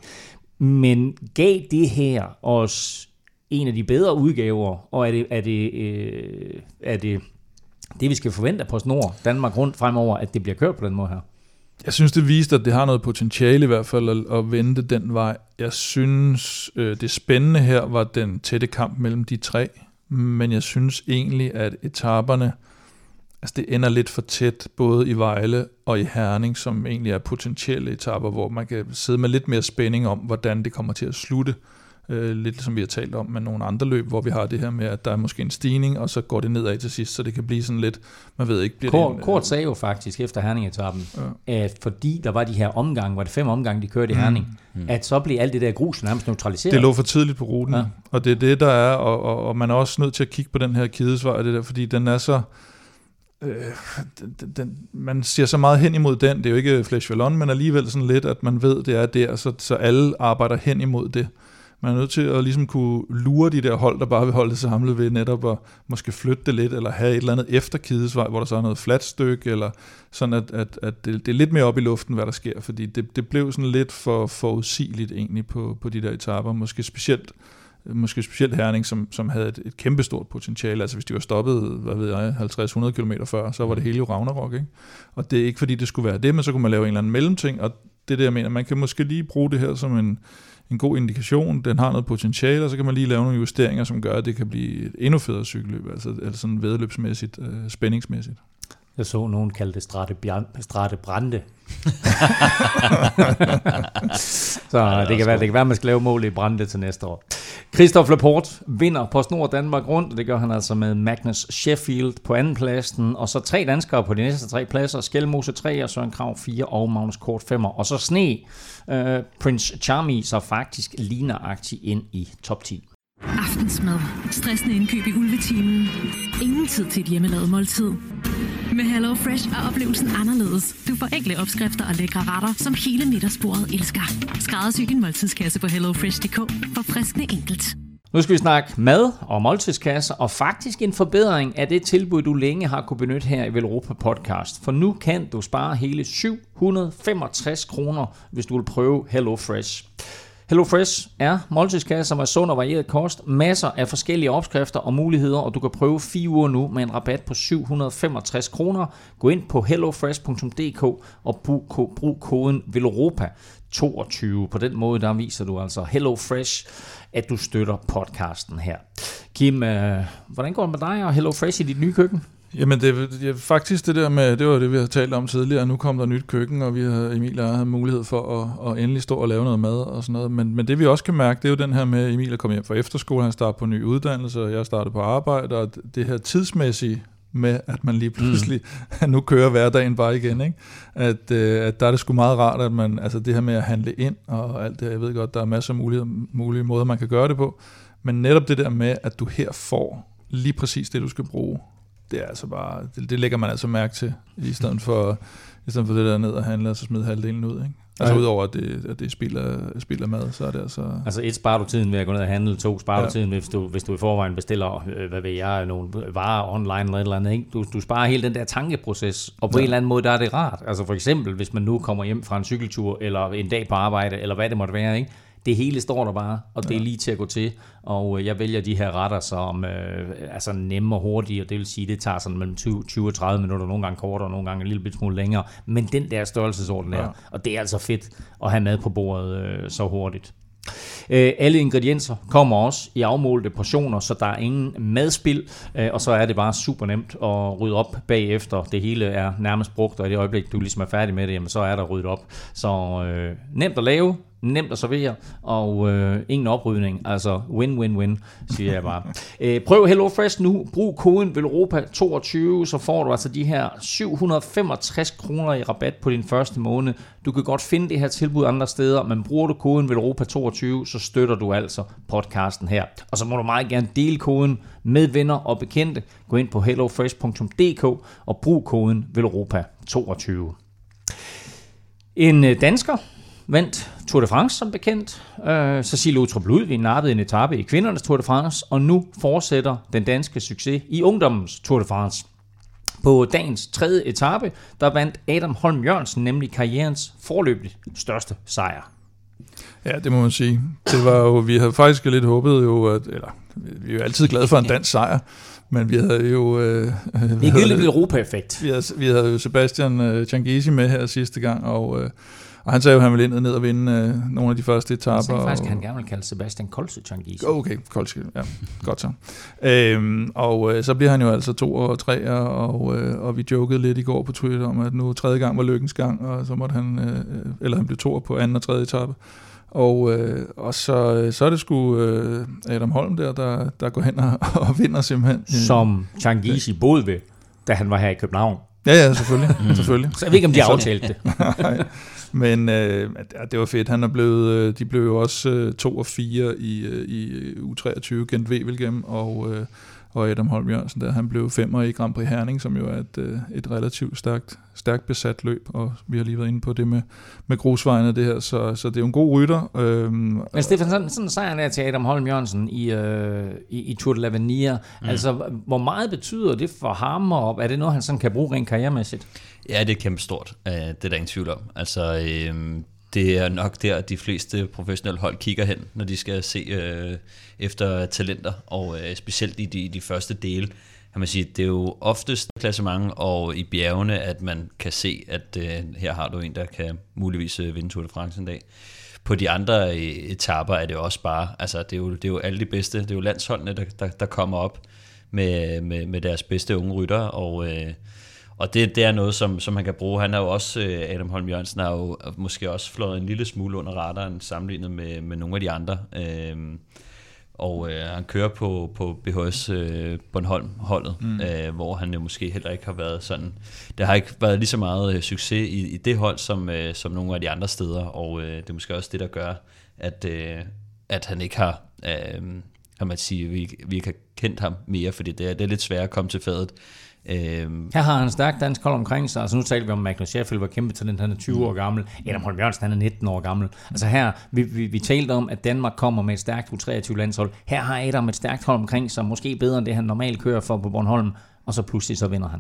Men gav det her os en af de bedre udgaver, og er det er det øh, er det det vi skal forvente af PostNord Danmark rundt fremover, at det bliver kørt på den måde her? Jeg synes, det viste, at det har noget potentiale i hvert fald at, at vende den vej. Jeg synes, øh, det spændende her var den tætte kamp mellem de tre, men jeg synes egentlig, at etaperne, altså det ender lidt for tæt, både i Vejle og i Herning, som egentlig er potentielle etaper, hvor man kan sidde med lidt mere spænding om, hvordan det kommer til at slutte. Øh, lidt som vi har talt om med nogle andre løb, hvor vi har det her med, at der er måske en stigning, og så går det nedad til sidst, så det kan blive sådan lidt, man ved ikke, bliver Kort, det en, Kort sagde jo faktisk efter Herning-etappen, ja. at fordi der var de her omgange, var det fem omgange, de kørte i Herning, mm. at så blev alt det der grus nærmest neutraliseret. Det lå for tidligt på ruten, ja. Og det er det, der er, og, og, og man er også nødt til at kigge på den her kædesvej, det der, fordi den er så, øh, den, den, man siger så meget hen imod den, det er jo ikke Fleche Wallonne, men alligevel sådan lidt, at man ved, det er der, så, så alle arbejder hen imod det. Man er nødt til at ligesom kunne lure de der hold, der bare vil holde det samlet ved netop at måske flytte det lidt, eller have et eller andet efter Kidesvej, hvor der så er noget fladt stykke, eller sådan, at, at, at det, det er lidt mere op i luften, hvad der sker, fordi det, det blev sådan lidt for forudsigeligt egentlig på, på de der etaper, måske specielt måske specielt Herning, som, som havde et, et kæmpestort potentiale. Altså hvis de var stoppet, hvad ved jeg, halvtreds til hundrede kilometer før, så var det hele jo Ragnarok, ikke? Og det er ikke fordi, det skulle være det, men så kunne man lave en eller anden mellemting, og det er det, jeg mener. Man kan måske lige bruge det her som en, en god indikation. Den har noget potentiale, og så kan man lige lave nogle justeringer, som gør, at det kan blive et endnu federe cykelløb, altså, altså sådan væddeløbsmæssigt, øh, spændingsmæssigt. Jeg så nogen kalde det Strade, Bjarn, Strade Brande. Så ja, det, det, kan være, det kan være, at man skal lave mål i Brande til næste år. Christophe Laporte vinder på Snor Danmark rundt, og det gør han altså med Magnus Sheffield på anden pladsen, og så tre danskere på de næste tre pladser, Skelmose tre, og Søren Kragh fire, og Magnus Kort femmer, og så sne uh, Prince Charming så faktisk ligneragtigt ind i top ti. Aftensmad. Stressende indkøb i ulvetimen. Ingen tid til et hjemmelavet måltid. Med Hello Fresh er oplevelsen anderledes. Du får enkle opskrifter og lækre retter, som hele middagsbordet elsker. Skræddersy din måltidskasse på hello fresh punktum d k for friskende enkelt. Nu skal vi snakke mad og måltidskasser, og faktisk en forbedring af det tilbud, du længe har kunne benytte her i Velropa Podcast. For nu kan du spare hele syv hundrede og femogtres kroner, hvis du vil prøve Hello Fresh. HelloFresh er måltidskasser med sund og varieret kost, masser af forskellige opskrifter og muligheder, og du kan prøve fire uger nu med en rabat på syv hundrede og femogtres kroner. Gå ind på hello fresh punktum d k og brug, brug koden VELROPA toogtyve. På den måde der viser du altså HelloFresh, at du støtter podcasten her. Kim, øh, hvordan går det med dig og HelloFresh i dit nye køkken? Jamen det, det faktisk det der med, det var det vi har talt om tidligere, nu kom der nyt køkken, og vi har, Emil og jeg har mulighed for at, at endelig stå og lave noget mad og sådan noget, men, men det vi også kan mærke, det er jo den her med, Emil er kommet hjem fra efterskole, han starter på en ny uddannelse, og jeg starter på arbejde, og det her tidsmæssige med, at man lige pludselig mm. nu kører hverdagen bare igen, ikke? At, øh, at der er det sgu meget rart, at man, altså det her med at handle ind og alt det, jeg ved godt, der er masser af mulige, mulige måder, man kan gøre det på, men netop det der med, at du her får lige præcis det, du skal bruge, det er altså bare, det, det lægger man altså mærke til, i stedet for, i stedet for det der ned og handle, og så smide halvdelen ud, ikke? Altså ja. Udover at det, at det spiller, spiller mad, så er det altså... Altså et, sparer du tiden ved at gå ned og handle, to, sparer ja. du tiden, hvis du, hvis du i forvejen bestiller, hvad ved jeg, nogle varer online eller et eller andet, ikke? Du, du sparer hele den der tankeproces, og på ja. en eller anden måde, der er det rart. Altså for eksempel, hvis man nu kommer hjem fra en cykeltur, eller en dag på arbejde, eller hvad det måtte være, ikke? Det hele står der bare, og det er lige til at gå til, og jeg vælger de her retter som øh, altså nemme og hurtige, og det vil sige, det tager sådan mellem tyve og tredive minutter, nogle gange kortere, og nogle gange en lille smule længere, men den der størrelsesorden der, ja. og det er altså fedt at have mad på bordet øh, så hurtigt. Øh, alle ingredienser kommer også i afmålte portioner, så der er ingen madspild, øh, og så er det bare super nemt at rydde op bagefter. Det hele er nærmest brugt, og i det øjeblik, du ligesom er færdig med det, jamen, så er der ryddet op. Så øh, nemt at lave, nemt at servere, og øh, ingen oprydning. Altså win-win-win, siger jeg bare. øh, prøv HelloFresh nu. Brug koden VELROPA toogtyve, så får du altså de her syv hundrede og femogtres kroner i rabat på din første måned. Du kan godt finde det her tilbud andre steder, men bruger du koden VELROPA toogtyve, så støtter du altså podcasten her. Og så må du meget gerne dele koden med venner og bekendte. Gå ind på hello fresh punktum d k og brug koden VELROPA toogtyve. En dansker vandt Tour de France som bekendt. Uh, Cecilie Uttrup Ludvig nappede en etape i kvindernes Tour de France, og nu fortsætter den danske succes i ungdommens Tour de France. På dagens tredje etape, der vandt Adam Holm Jørgensen nemlig karrierens foreløbigt største sejr. Ja, det må man sige. Det var jo, vi havde faktisk lidt håbet jo, at, eller vi er jo altid glade for en dansk sejr, men vi havde jo... Øh, vi havde lidt Europa-effekt. Vi havde, vi havde jo Sebastian øh, Changizi med her sidste gang, og... Øh, Og han sagde jo, at han ville ind og ned og vinde øh, nogle af de første etaper. Han sagde faktisk, at han gerne ville kalde Sebastian Kolse Changizi. Okay, Kolse, ja. Godt så. Øhm, og øh, så bliver han jo altså to og tre, og, øh, og vi jokede lidt i går på Twitter om, at nu tredje gang var lykkens gang, og så måtte han, øh, eller han blev to på anden og tredje etape. Og, øh, og så, så er det sgu øh, Adam Holm der, der, der går hen og, og vinder simpelthen. Som Changizi boede ved, da han var her i København. Ja, ja, selvfølgelig. Mm. selvfølgelig. Så jeg ved ikke, om de aftalte det. Men øh, det var fedt. Han er blevet, de blev jo også øh, to og fire i, i U treogtyve Gent Wevelgem, og, øh, og Adam Holm Jørgensen der, han blev femmer i Grand Prix Herning, som jo er et, et relativt stærkt, stærkt besat løb, og vi har lige været inde på det med, med grusvejene det her, så, så det er jo en god rytter. Øhm, Men Stefan, sådan, sådan sejren er til Adam Holm Jørgensen i, øh, i, i Tour de l'Avenir. Mm. Altså, hvor meget betyder det for ham, og er det noget, han sådan kan bruge rent karrieremæssigt? Ja, det er kæmpe stort. Det er der ingen tvivl om. Altså, øh, det er nok der, de fleste professionelle hold kigger hen, når de skal se øh, efter talenter, og øh, specielt i de, i de første dele. Kan man sige, det er jo oftest klassement og i bjergene, at man kan se, at øh, her har du en, der kan muligvis øh, vinde Tour de France en dag. På de andre øh, etaper er det også bare, altså det er jo, det er jo alle de bedste, det er jo landsholdene, der, der, der kommer op med, med, med deres bedste unge ryttere, og øh, Og det, det er noget, som, som han kan bruge. Han er jo også, Adam Holm Jørgensen har jo måske også flået en lille smule under radaren sammenlignet med, med nogle af de andre. Øhm, og øh, han kører på, på B H S øh, Bornholm-holdet, mm. øh, hvor han jo måske heller ikke har været sådan... Der har ikke været lige så meget øh, succes i, i det hold, som, øh, som nogle af de andre steder. Og øh, det er måske også det, der gør, at, øh, at han ikke har... Øh, kan man sige, vi, vi ikke har kendt ham mere, fordi det er, det er lidt svært at komme til fadet. Øhm. Her har han en stærk dansk hold omkring sig. Altså nu taler vi om Magnus Sheffield var kæmpe talent, han er tyve år gammel. Adam Holm Jørgensen, han er nitten år gammel. Altså her, vi, vi, vi talte om, at Danmark kommer med et stærkt U treogtyve landshold. Her har Adam et stærkt hold omkring sig, måske bedre end det, han normalt kører for på Bornholm, og så pludselig så vinder han.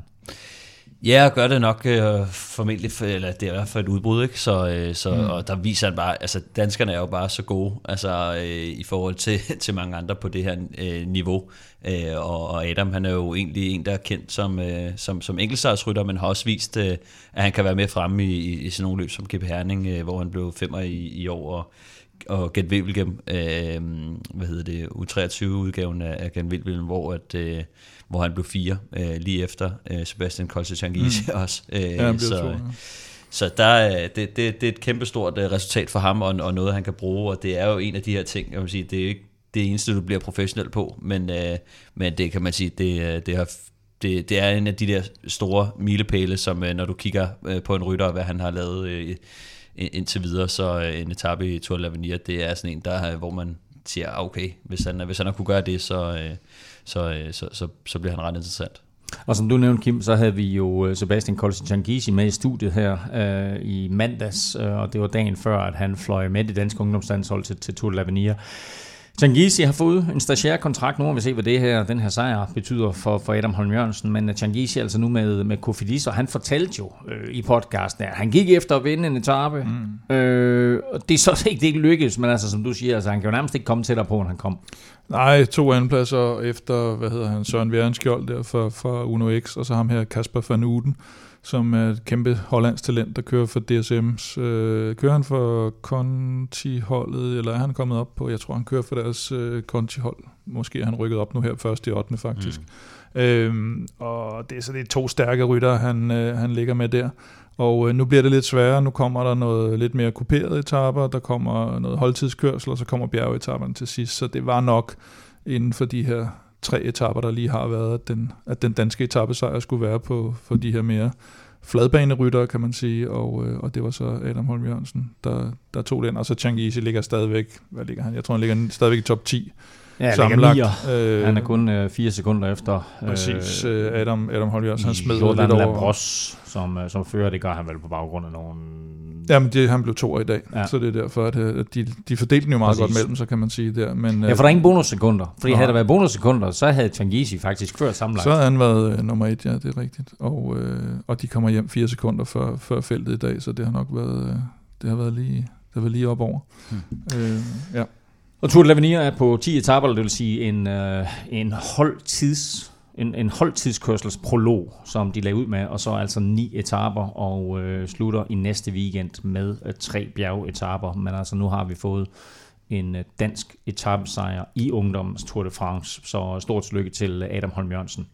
Ja, gør det nok øh, formentlig, for, eller det er i hvert fald et udbrud, ikke? Så, øh, så, mm. og der viser han bare, altså danskerne er jo bare så gode, altså øh, i forhold til, til mange andre på det her øh, niveau, øh, og, og Adam, han er jo egentlig en, der er kendt som, øh, som, som enkeltsejrsrytter, men har også vist, øh, at han kan være med fremme i, i, i sådan nogle løb som G P Herning, øh, hvor han blev femmer i, i år, og og Gent Wevelgem, øh, hvad hedder det, U treogtyve-udgaven af, af Gent Wevelgem, hvor, at, øh, hvor han blev fire, øh, lige efter øh, Sebastian Colte-Changizi mm. også. Øh, ja, så, to, ja. så der, det, det, det er et kæmpestort resultat for ham, og, og noget, han kan bruge, og det er jo en af de her ting, jeg vil sige, det er ikke det eneste, du bliver professionel på, men, øh, men det kan man sige, det, det, har, det, det er en af de der store milepæle, som når du kigger på en rytter, hvad han har lavet øh, indtil videre, så en etape i Tour de l'Avenir, det er sådan en, der, hvor man siger, okay, hvis han, hvis han har kunne gøre det, så, så, så, så, så bliver han ret interessant. Og som du nævnte, Kim, så havde vi jo Sebastian Colte-Changizi med i studiet her øh, i mandags, øh, og det var dagen før, at han fløj med det danske ungdomslandshold til, til Tour de l'Avenir. Changizi har fået en stagiær kontrakt nu, og vi ser, hvad det her, den her sejr betyder for, for Adam Holm Jørgensen, men Changizi altså nu med, med Cofidis, og han fortalte jo øh, i podcasten, at han gik efter at vinde en etape, mm. øh, og det er så ikke, det ikke lykkedes, men altså som du siger, altså, han kan jo nærmest ikke komme tættere på, end han kom. Nej, to andenpladser efter, hvad hedder han, Søren Værenskjold der fra, fra Uno X, og så ham her Kasper van Uden, som er et kæmpe hollandsk talent, der kører for D S M's. Øh, kører han for Conti-holdet, eller er han kommet op på, jeg tror han kører for deres øh, Conti-hold. Måske er han rykket op nu her først i ottende faktisk. Mm. Øhm, og det er så det er to stærke rytter, han, øh, han ligger med der. Og øh, nu bliver det lidt sværere, nu kommer der noget lidt mere kuperede etaper, der kommer noget holdtidskørsel, og så kommer bjergetaperne til sidst. Så det var nok inden for de her tre etaper, der lige har været, at den, at den danske etapesejr skulle være på for de her mere fladbaneryttere, kan man sige, og, øh, og det var så Adam Holm Jørgensen, der, der tog den, og så Changizi ligger stadigvæk, hvad ligger han? Jeg tror, han ligger stadigvæk i top ti. Ja, sammenlagt. Øh, han er kun øh, fire sekunder efter. Præcis, øh, Adam, Adam Holm Jørgensen, han smed Jordan lidt over. Labros, som, som fører, det gør han vel på baggrund af nogle... Jamen, det, han blev to i dag, ja. Så det er derfor, at, at de, de fordelte den jo meget Præcis. Godt mellem, så kan man sige der. Men, ja, for der er ingen bonussekunder. Fordi havde der været bonussekunder, så havde Changizi faktisk ført sammenlagt. Så havde han været øh, nummer et, ja, det er rigtigt. Og, øh, og de kommer hjem fire sekunder før, før feltet i dag, så det har nok været, øh, det har været lige, det har været lige op over. Hmm. Øh, ja. Og Tour de l'Avenir er på ti etaper, det vil sige en, øh, en holdtids... En, en holdtidskørsels prolog, som de lagde ud med, og så altså ni etaper, og øh, slutter i næste weekend med øh, tre bjergetapper. Men altså nu har vi fået en øh, dansk etapesejr i ungdommens Tour de France, så stort tillykke til Adam Holm Jørgensen.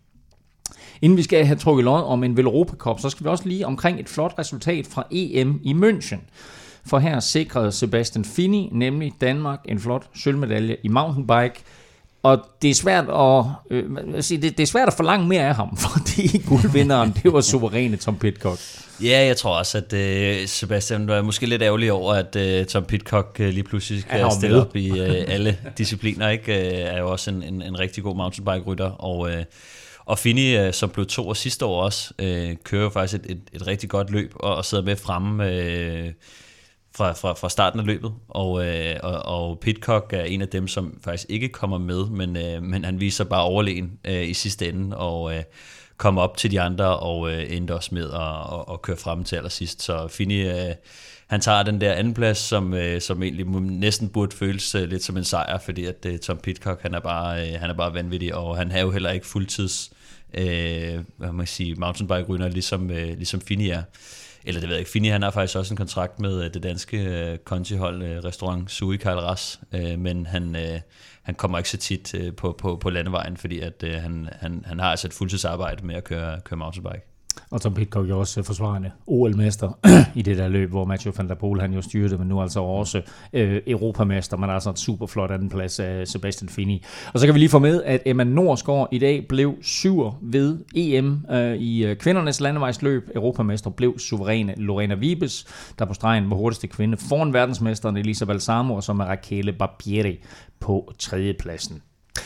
Inden vi skal have trukket lod om en Veloropa Cup, så skal vi også lige omkring et flot resultat fra E M i München. For her sikrede Sebastian Fini, nemlig Danmark, en flot sølvmedalje i mountainbike. Og det er svært at, øh, sige, det, det er svært at forlange mere af ham, fordi guldvinderen, det var suveræne Tom Pidcock. Ja, jeg tror også, at uh, Sebastian var måske lidt ærgerlig over, at uh, Tom Pidcock uh, lige pludselig kan stille op i uh, alle discipliner. Ikke? Uh, er jo også en, en, en rigtig god mountainbike-rytter, og, uh, og Fini, uh, som blev to år sidste år også, uh, kører jo faktisk et, et, et rigtig godt løb, og, og sidder med fremme uh, fra, fra, fra starten af løbet, og, øh, og, og Pidcock er en af dem, som faktisk ikke kommer med, men, øh, men han viser bare overlegen øh, i sidste ende, og øh, kommer op til de andre, og øh, endte også med at, at, at køre frem til allersidst. Så Fini, øh, han tager den der anden plads, som, øh, som egentlig næsten burde føles øh, lidt som en sejr, fordi at øh, Tom Pidcock, han er, bare, øh, han er bare vanvittig, og han har jo heller ikke fuldtids øh, hvad man sige, mountainbike-rytter, ligesom, øh, ligesom Fini er. Eller det ved jeg ikke, Fini han har faktisk også en kontrakt med det danske uh, kontihold uh, restaurant Sui Kalras, uh, men han, uh, han kommer ikke så tit uh, på, på, på landevejen, fordi at, uh, han, han, han har altså et fuldtidsarbejde med at køre, køre mountainbike. Og Tom Pidcock er også forsvarende O L-mester i det der løb, hvor Mathieu van der Poel han jo styrte, men nu altså også øh, europamester, men altså et super flot andenplads af Sebastian Fini. Og så kan vi lige få med, at Emma Norsgaard i dag blev syver ved E M øh, i øh, kvindernes landevejsløb. Europamester blev suveræne Lorena Wiebes, der på stregen var hurtigste kvinde foran verdensmesteren Elisa Balsamo, og så med Rachele Barbieri på tredjepladsen.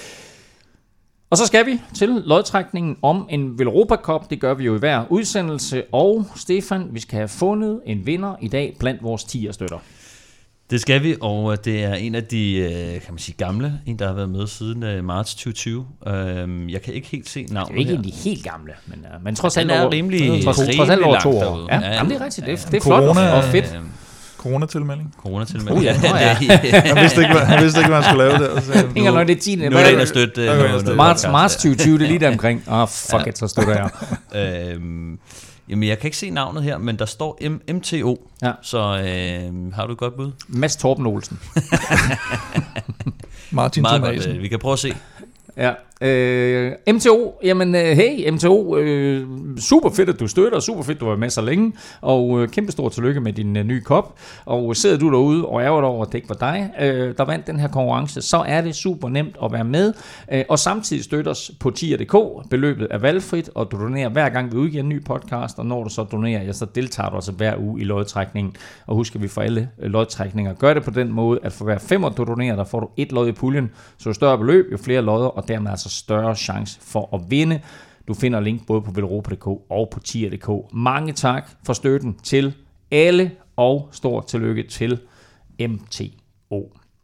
Og så skal vi til lodtrækningen om en Velropa Cup. Det gør vi jo i hver udsendelse. Og Stefan, vi skal have fundet en vinder i dag blandt vores tier-støtter. Det skal vi, og det er en af de kan man sige, gamle, en der har været med siden marts tyve tyve. Jeg kan ikke helt se navnet her. Det er ikke en de helt gamle, men, men trods alt er rimelig, trods, rimelig trods alt over to år. Derude. Ja, ja, jamen, det er rigtigt. Det er, det er flot Corona, og fedt. Corona-tilmelding. Corona-tilmelding. Oh, ja. Oh, ja. han, vidste ikke, han vidste ikke, hvad han skulle lave der. Ingen løg, det er tiende. Nu er det en at støtte. Okay, marts, marts tyve tyve, det er lige der omkring. Åh, oh, fuck ja. It, så støtter jeg. øhm, jamen, jeg kan ikke se navnet her, men der står M T O. Ja. Så øh, har du et godt bud? Mads Torben Olsen. Martin Thomasen. Vi kan prøve at se. Ja, øh, M T O, jamen hey M T O, øh, super fedt at du støtter, super fedt du var med så længe, og øh, kæmpe stor tillykke med din øh, nye kop, og sidder du derude og ærger dig over, at det ikke var dig, øh, der vandt den her konkurrence, så er det super nemt at være med, øh, og samtidig støtte os på tier punktum d k, beløbet er valgfrit, og du donerer hver gang vi udgiver en ny podcast, og når du så donerer, ja, så deltager du altså hver uge i lodtrækningen, og husk at vi for alle øh, lodtrækninger gør det på den måde, at for hver femmer du donerer, der får du et lod i puljen, så jo større beløb, jo flere lodder, og dermed altså større chance for at vinde. Du finder link både på velropa punktum d k og på tier punktum d k. Mange tak for støtten til alle, og stor tillykke til M T O.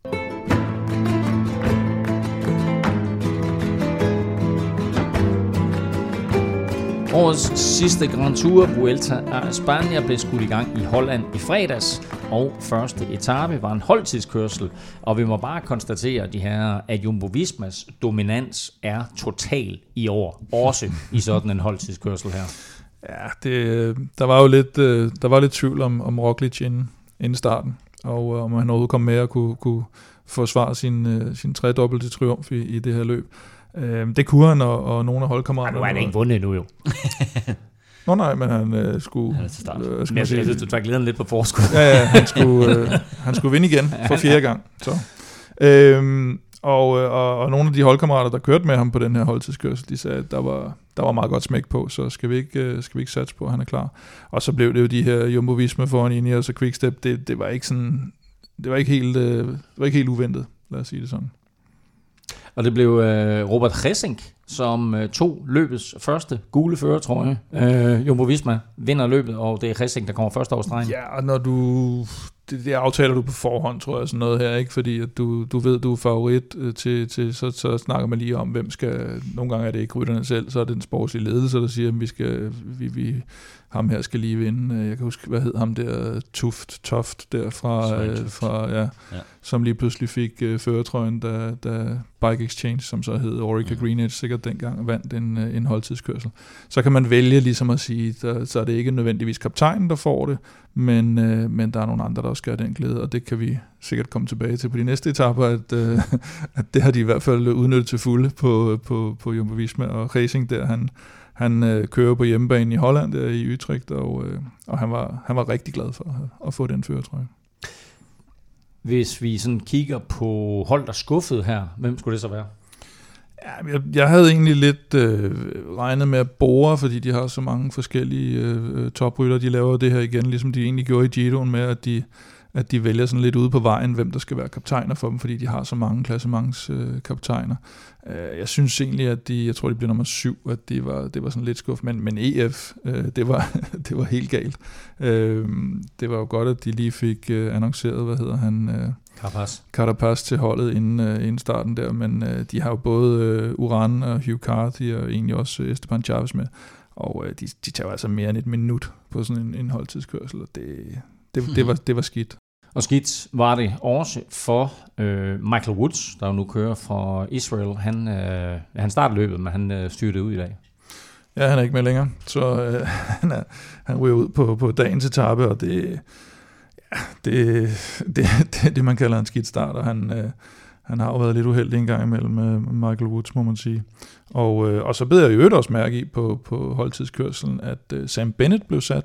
Årets sidste Grand Tour, Vuelta a España, blev skudt i gang i Holland i fredags, og første etape var en holdtidskørsel, og vi må bare konstatere, at de her, at Jumbo Vismas dominans er total i år, også i sådan en holdtidskørsel her. Ja, det, der var jo lidt, der var lidt tvivl om, om Roglic inden, inden starten, og om han overhovedet kom med og kunne, kunne forsvare sin, sin tredobbelte triumf i, i det her løb. Det kunne han, og, og nogle af holdkammeraterne. Nu er han ikke vundet endnu, jo. Nå nej, men han øh, skulle... Han er til start. Øh, men jeg synes, du tager glæden lidt på forskud. ja, ja, han skulle, øh, han skulle vinde igen for fjerde gang. Så. Øhm, og, og, og nogle af de holdkammerater, der kørte med ham på den her holdtidskørsel, de sagde, at der var, der var meget godt smæk på, så skal vi ikke, skal vi ikke satse på, at han er klar. Og så blev det jo de her Jumbo Visma foran Ineos og så Quickstep. Det, det var ikke sådan... Det var ikke helt, øh, det var ikke helt uventet, lad os sige det sådan. Og det blev øh, Robert Gesink, som øh, tog løbets første gule førertrøje. Øh, Jumbo Visma vinder løbet, og det er Gesink, der kommer først over stregen. Ja, og når du... Det, det aftaler du på forhånd, tror jeg, sådan noget her, ikke? Fordi at du, du ved, du er favorit til, til så, så snakker man lige om, hvem skal... Nogle gange er det ikke rytterne selv, så er det den sportslige ledelse, der siger, at vi skal... Vi, vi, ham her skal lige vinde. Jeg kan huske, hvad hed ham der? Tuft, Toft, der fra... Øh, fra ja, ja. Som lige pludselig fik øh, førertrøjen, da, da Bike Exchange, som så hed Orica mm. Green Edge, sikkert dengang vandt en, en holdtidskørsel. Så kan man vælge ligesom at sige, der, så er det ikke nødvendigvis kaptajnen, der får det, men, øh, men der er nogle andre, der også gør den glæde, og det kan vi sikkert komme tilbage til på de næste etaper, at, øh, at det har de i hvert fald udnyttet til fulde på, på, på Jumbo Visma, og Racing der, han, han øh, kører på hjemmebane i Holland, der i Utrecht, og, øh, og han, var, han var rigtig glad for at, at få den førertrøje. Hvis vi sådan kigger på hold, der skuffede her, hvem skulle det så være? Ja, jeg, jeg havde egentlig lidt øh, regnet med at Bora, fordi de har så mange forskellige øh, toprytter. De laver det her igen, ligesom de egentlig gjorde i Giroen med, at de, at de vælger sådan lidt ude på vejen, hvem der skal være kaptajner for dem, fordi de har så mange klassements øh, kaptajner. Øh, jeg synes egentlig, at de, jeg tror, de blev nummer syv, at de var, det var sådan lidt skuff, men, men E F, øh, det, var, det var helt galt. Øh, det var jo godt, at de lige fik øh, annonceret, hvad hedder han... Øh, Carapaz. Carapaz til holdet inden, uh, inden starten der, men uh, de har jo både uh, Uran og Hugh Carthy og egentlig også Esteban Chavez med, og uh, de, de tager altså mere end et minut på sådan en, en holdtidskørsel, og det, det, det, var, det var skidt. Og skidt var det også for øh, Michael Woods, der jo nu kører for Israel. Han, øh, han startede løbet, men han øh, styrte ud i dag. Ja, han er ikke med længere, så øh, han, er, han ryger ud på, på dagens etape, og det Det, det, det, det man kalder en skidt start, og han, øh, han har jo været lidt uheldig en gang imellem med Michael Woods, må man sige. Og, øh, og så beder jeg i øvrigt også mærke i på, på holdtidskørselen, at øh, Sam Bennett blev sat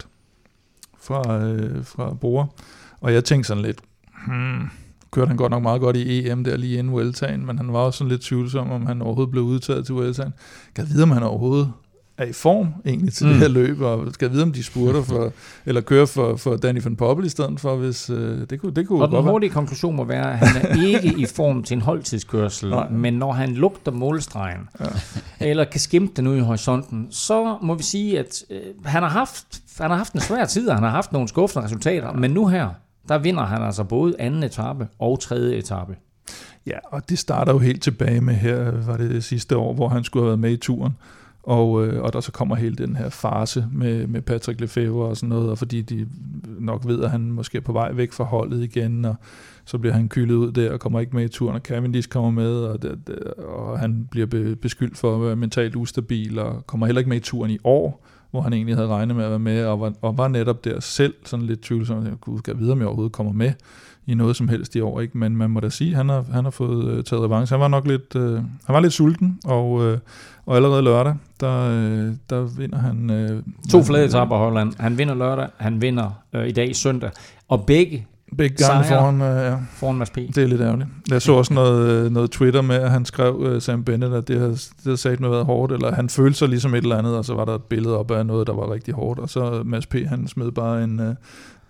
fra, øh, fra Bora, og jeg tænkte sådan lidt, hmm, kørte han godt nok meget godt i E M der lige inden Vueltaen, men han var også sådan lidt tvivlsom, om han overhovedet blev udtaget til Vueltaen. Kan jeg vide, om han overhovedet er i form egentlig til mm. det her løb, og skal vide, om de spurter for, eller kører for, for Danny van Poppel i stedet for, hvis øh, det kunne, det kunne og den hurtige konklusion må være, at han er ikke i form til en holdtidskørsel, men når han lugter målstregen, ja. eller kan skimte den ud i horisonten, så må vi sige, at øh, han, har haft, han har haft en svær tid, og han har haft nogle skuffende resultater, men nu her, der vinder han altså både anden etape og tredje etape. Ja, og det starter jo helt tilbage med her, var det, det sidste år, hvor han skulle have været med i turen. Og, øh, og der så kommer hele den her farce med, med Patrick Lefevre og sådan noget, og fordi de nok ved, at han måske er på vej væk fra holdet igen, og så bliver han kylet ud der og kommer ikke med i turen, og Cavendish kommer med, og, det, det, og han bliver be, beskyldt for at være mentalt ustabil, og kommer heller ikke med i turen i år, hvor han egentlig havde regnet med at være med, og var, og var netop der selv sådan lidt tvivlsom, at gud, skal jeg vide, om jeg overhovedet kommer med i noget som helst i år, ikke? Men man må da sige, at han har, han har fået uh, taget revanche. Han var nok lidt, uh, han var lidt sulten, og, uh, og allerede lørdag, der, uh, der vinder han... Uh, to flade etaper Holland. Han vinder lørdag, han vinder uh, i dag søndag, og begge Begge gange foran, uh, ja. foran Mads P. Det er lidt ærgerligt. Jeg så også noget, noget Twitter med, at han skrev, uh, Sam Bennett, at det havde, det havde sagt noget været hårdt, eller han følte sig ligesom et eller andet, og så var der et billede op af noget, der var rigtig hårdt, og så Mads P. han smed bare en... Uh,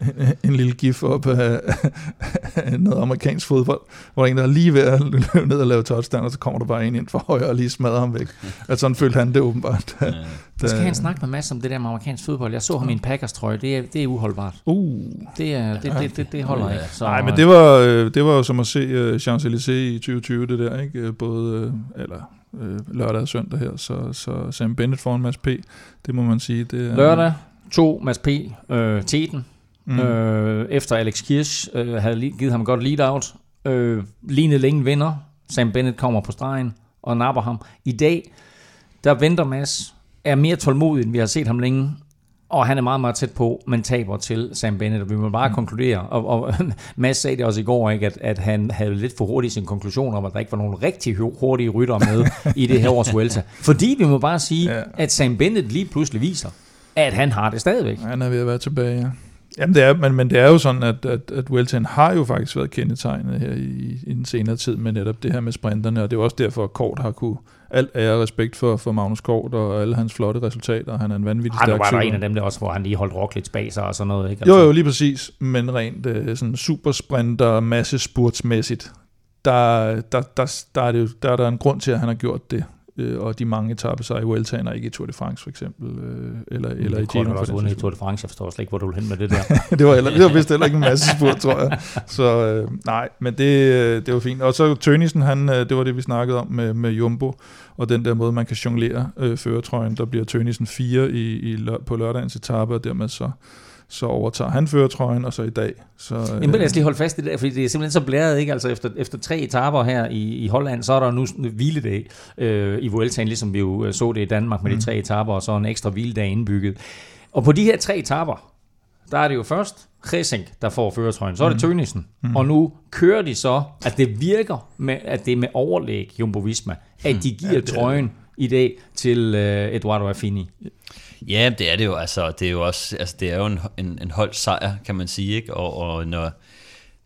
en lille gif op af noget amerikansk fodbold, hvor der en, der er lige ved at løbe ned og lave touchdown, og så kommer der bare en ind for højre og lige smadrer ham væk. Altså sådan følte han det åbenbart. Ja. Da, skal han snakke med Mads om det der med amerikansk fodbold? Jeg så ham i en Packers trøje, det er, det er uholdbart. Uh. Det, er, det, det, det, det holder ikke. Så, nej, men det var, det var jo som at se Champs-Élysées i tyve tyve, det der, ikke? Både, eller lørdag og søndag her, så, så Sam Bennett foran Mads P., det må man sige. Det er, lørdag, to Mads P. Øh, Teten. Mm. Øh, efter Alex Kirsch øh, havde givet ham godt lead-out. Øh, Line længe vinder. Sam Bennett kommer på stregen og napper ham. I dag, der venter Mads, er mere tålmodig, end vi har set ham længe. Og han er meget, meget tæt på, men taber til Sam Bennett. Og vi må bare mm. konkludere. Og, og Mads sagde det også i går, ikke, at, at han havde lidt for hurtigt sin konklusion om, at der ikke var nogen rigtig hurtige rytter med i det her års Vuelta. Fordi vi må bare sige, ja. at Sam Bennett lige pludselig viser, at han har det stadigvæk. Han er ved at være tilbage, ja. Jamen det er, men, men det er jo sådan, at, at, at Vueltaen har jo faktisk været kendetegnet her i, i den senere tid med netop det her med sprinterne, og det er også derfor, at Kort har kunne alt ære og respekt for, for Magnus Kort og alle hans flotte resultater. Han er en vanvittig stærk. Han var der en af dem der også, hvor han lige holdt Roglic bag sig og sådan noget, ikke? Altså. Jo, jo, lige præcis, men rent uh, sådan supersprinter, massespurtsmæssigt, der, der, der, der, er det jo, der er der en grund til, at han har gjort det. Og de mange etaper sig i Vueltaen og ikke i Tour de France for eksempel, eller, eller det i Giro. Det er også uden i Tour de France, jeg forstår slet ikke, hvor du vil hen med det der. det, var heller, det var vist heller ikke en masse spurt, tror jeg. Så øh, nej, men det, det var fint. Og så Tønnesen, han, det var det, vi snakkede om med, med Jumbo, og den der måde, man kan jonglere øh, førertrøjen, der bliver Tønnesen fire i, i, på lørdagens etape, og dermed så så overtager han førertrøjen, og så i dag. Så, øh, Jamen, lad os lige holde fast i det der, fordi det er simpelthen så blæret, ikke? Altså efter, efter tre etaper her i, i Holland, så er der nu hviledag øh, i Vueltaen, ligesom vi jo så det i Danmark med mm. de tre etaper, og så en ekstra hviledag indbygget. Og på de her tre etaper, der er det jo først Gesink, der får førertrøjen, så er det Tønnesen, mm. og nu kører de så, at det virker, med, at det er med overlæg, Jumbo Visma, at de giver ja, trøjen i dag til øh, Eduardo Affini. Ja, det er det jo. Altså, det er jo også, altså, det er jo en, en, en holdt sejr, kan man sige, ikke? Og, og når,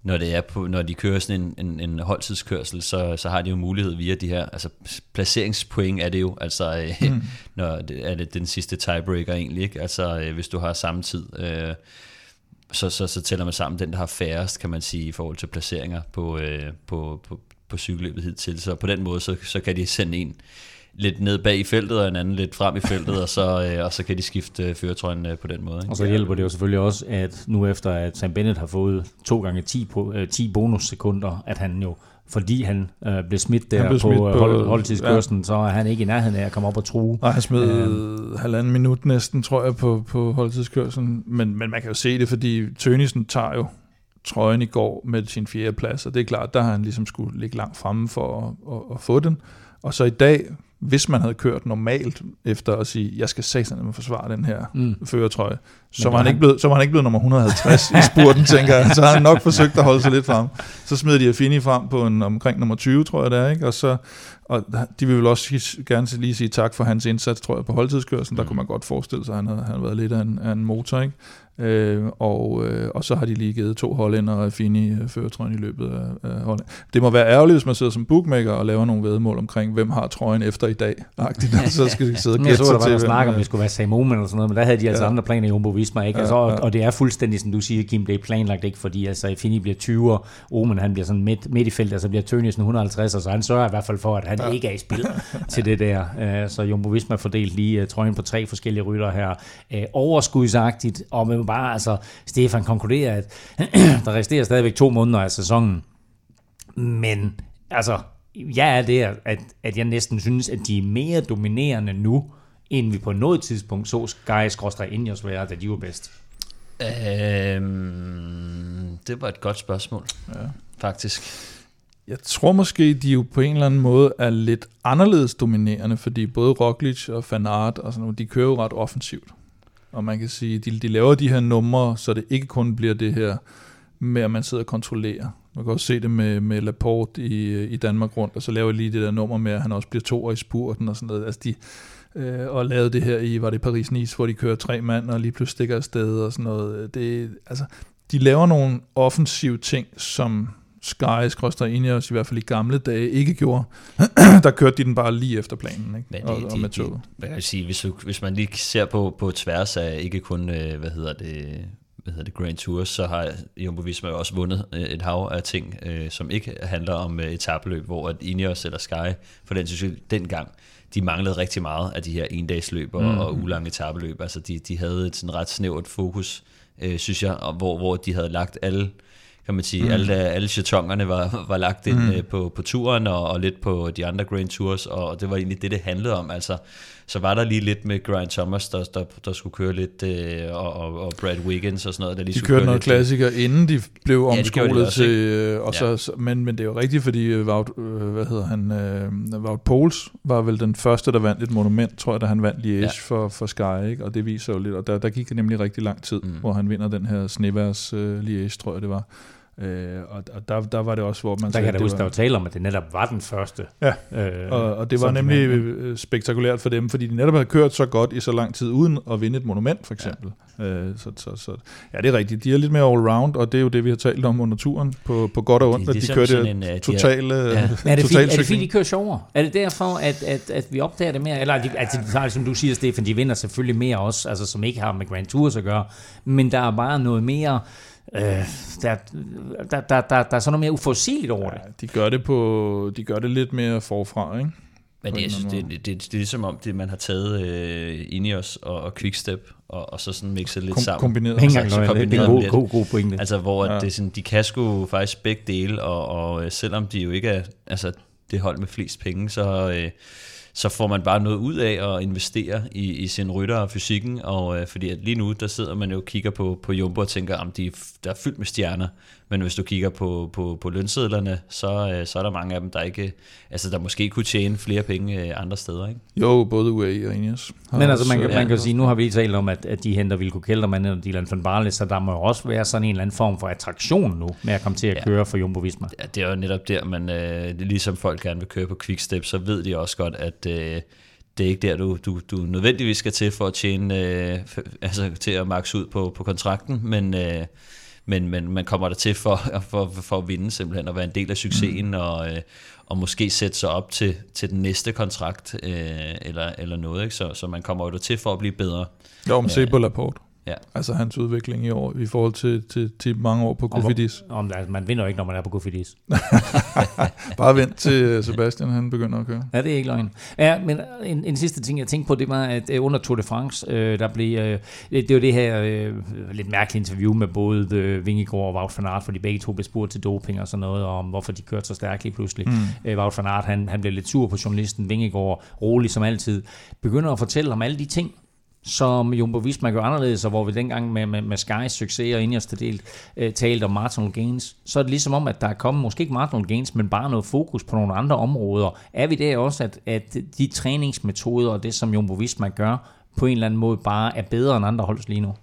når det er på, når de kører sådan en, en, en holdtidskørsel, så, så har de jo mulighed via de her, altså placeringspoint er det jo, altså mm. når det, er det den sidste tiebreaker egentlig, ikke? Altså hvis du har samme tid, øh, så, så, så tæller man sammen den, der har færrest, kan man sige, i forhold til placeringer på, øh, på, på, på cykelløbet hidtil, så på den måde, så, så kan de sende en lidt ned bag i feltet, og en anden lidt frem i feltet, og så, øh, og så kan de skifte øh, førertrøjen øh, på den måde. Ikke? Og så hjælper det jo selvfølgelig også, at nu efter at Sam Bennett har fået to gange ti, øh, ti bonussekunder, at han jo, fordi han øh, blev smidt der blev på, på hold, holdtidskørslen, ja. Så er han ikke i nærheden af at komme op og true. Nej, han smed øh, halvanden minut næsten, tror jeg, på, på holdtidskørslen, men, men man kan jo se det, fordi Tønnesen tager jo trøjen i går med sin fjerde plads, og det er klart, der har han ligesom skulle ligge langt fremme for at, at, at få den. Og så i dag, hvis man havde kørt normalt efter at sige, jeg skal satans forsvare den her mm. førertrøje, så var, han ikke blevet, så var han ikke blevet nummer et hundrede og halvtreds i spurten, tænker jeg. Så har han nok forsøgt at holde sig lidt frem. Så smed de Affini frem på en omkring nummer tyve, tror jeg det er, ikke? Og så og de vil vel også gerne lige sige tak for hans indsats, tror jeg, på holdtidskørslen. Der kunne man godt forestille sig, at han havde, han havde været lidt af en, af en motor, ikke? Øh, og, øh, og så har de lige givet to hollænder og Affini førertrøjen i løbet af, af Holland. Det må være ærgerligt, hvis man sidder som bookmaker og laver nogle væddemål omkring, hvem har trøjen efter i dag. Så skal de sidde og gætte sig til. Jeg så, der var snak om, det skulle være Sam Omen eller sådan noget, men der havde de altså ja. andre planer i Jumbo Visma, ikke? Ja, altså, og, ja. og det er fuldstændig, som du siger, Kim, det er planlagt ikke, fordi altså Affini bliver tyve, og Omen han bliver sådan midt, midt i feltet, og så bliver Tønnesen et hundrede og halvtreds, og så han sørger i hvert fald for, at han ja. ikke er i spil til det der. Så Jumbo Visma fordelt lige trøjen på tre forskellige rytter her. Overskudsagtigt, og man bare altså Stefan konkluderer, at der resterer stadigvæk to måneder af sæsonen. Men altså, jeg er der, at, at jeg næsten synes, at de er mere dominerende nu, end vi på noget tidspunkt så Sky-Ineos være, da de var bedst. Øhm, det var et godt spørgsmål, ja. faktisk. Jeg tror måske, de jo på en eller anden måde er lidt anderledes dominerende, fordi både Roglic og Van Aert og sådan noget, de kører jo ret offensivt. Og man kan sige, de, de laver de her numre, så det ikke kun bliver det her med, at man sidder og kontrollerer. Man kan også se det med, med Laporte i, i Danmark rundt, og så laver de lige det der nummer med, at han også bliver toer i spurten og sådan noget. Altså de, øh, og lavede det her i, var det Paris-Nice, hvor de kører tre mand og lige pludselig stikker afsted og sådan noget. Det, altså, de laver nogle offensive ting, som Sky-Ineos i hvert fald i gamle dage ikke gjorde. Der kørte de den bare lige efter planen, ikke? Men det, og, og med toget. Hvad kan jeg sige, hvis, hvis man lige ser på, på tværs af ikke kun, hvad hedder det, hvad hedder det, Grand Tours, så har Jumbo Visma jo også vundet et hav af ting, som ikke handler om etapeløb, hvor at Ineos eller Sky, for den synes jeg, dengang, de manglede rigtig meget af de her endagsløb og, mm. og ulange etapeløb. Altså de, de havde et sådan ret snævert fokus, øh, synes jeg, hvor, hvor de havde lagt alle, kan man sige, mm. alle, alle chatongerne var, var lagt ind mm. på, på turen og, og lidt på de andre Grand Tours, og det var egentlig det, det handlede om. Altså, så var der lige lidt med Geraint Thomas, der, der, der skulle køre lidt, øh, og, og Brad Wiggins og sådan noget. Der lige de kørte noget klassiker, inden de blev omskolet ja, de til, øh, og ja. så, men, men det er jo rigtigt, fordi Wout, øh, hvad hedder han, øh, Wout Poels var vel den første, der vandt et monument, tror jeg, da han vandt Liège ja. for, for Sky, ikke? Og det viser jo lidt, og der, der gik det nemlig rigtig lang tid, mm. hvor han vinder den her Sneværs øh, Liège, tror jeg det var. Øh, og og der, der var det også, hvor man der sagde, kan jeg huske, der var tale om, at det netop var den første. Ja, øh, og, og det var nemlig de spektakulært for dem, fordi de netop havde kørt så godt i så lang tid, uden at vinde et monument, for eksempel. Ja, øh, så, så, så, ja det er rigtigt. De er lidt mere all-round, og det er jo det, vi har talt om under turen, på, på godt og ondt, at de, de kørte en, total de er, ja. Er det fordi, er det fordi, de kører sjovere? Er det derfor, at, at, at vi opdager det mere? Eller at de, at de tager det, som du siger, Stefan, de vinder selvfølgelig mere også, altså som ikke har med Grand Tours at gøre, men der er bare noget mere... Øh, der, der, der, der, der er sådan noget mere uforudsigeligt over det. Ja, de gør det på, de gør det lidt mere forfra, ikke? Men det, jeg synes, det, det, det, det er ligesom om, det man har taget øh, Ineos og, og Quickstep og, og så sådan mixet lidt Kom, sammen. Kombineret. Altså, altså, kombineret det er en god, god, god pointe. Altså hvor ja. det sådan, de kan sgu faktisk begge dele, og, og selvom de jo ikke er altså det hold med flest penge, så øh, så får man bare noget ud af at investere i, i sin rytter og fysikken, og øh, fordi at lige nu, der sidder man jo og kigger på, på Jumbo og tænker, at de, der er fyldt med stjerner, men hvis du kigger på, på, på lønsedlerne, så, øh, så er der mange af dem, der ikke, altså der måske kunne tjene flere penge øh, andre steder, ikke? Jo, både U A E og Ineos. Men altså, man, man kan jo sige, nu har vi talt om, at, at de henter Wilco Kelderman og Dylan van Baarle, så der må jo også være sådan en eller anden form for attraktion nu, med at komme til at ja. køre for Jumbo Visma. Ja, det er jo netop der, man, øh, ligesom folk gerne vil køre på Quickstep, så ved de også godt, at øh, det er ikke der, du, du, du nødvendigvis skal til for at tjene, øh, altså til at makse ud på, på kontrakten, men, øh, men, men man kommer der til for, for, for at vinde simpelthen, og være en del af succesen, mm. og, øh, og måske sætte sig op til, til den næste kontrakt, øh, eller, eller noget, ikke? Så, så man kommer jo der til for at blive bedre. Jo, men se på Laporte. Ja. Altså hans udvikling i år, i forhold til, til, til mange år på Kofidis. Om, om, altså, man vinder jo ikke, når man er på Kofidis. Bare vent til Sebastian, han begynder at køre. Ja, det er ikke løgn. Ja, men en, en sidste ting, jeg tænkte på, det var, at under Tour de France, øh, der blev, øh, det, det var det her øh, lidt mærkelige interview med både øh, Vingegaard og Wout van Aert, fordi begge to blev spurgt til doping og sådan noget, og om hvorfor de kørte så stærkt lige pludselig. Mm. Øh, Wout van Aert, han, han blev lidt sur på journalisten. Vingegaard, rolig som altid, begynder at fortælle om alle de ting, som Jumbo Visma gør anderledes, og hvor vi dengang med, med, med Sky's succes og inderste del øh, talte om marginal gains, så er det ligesom om, at der er kommet, måske ikke marginal gains, men bare noget fokus på nogle andre områder. Er vi der også, at, at de træningsmetoder og det, som Jumbo Visma gør, på en eller anden måde bare er bedre end andre holds lige nu?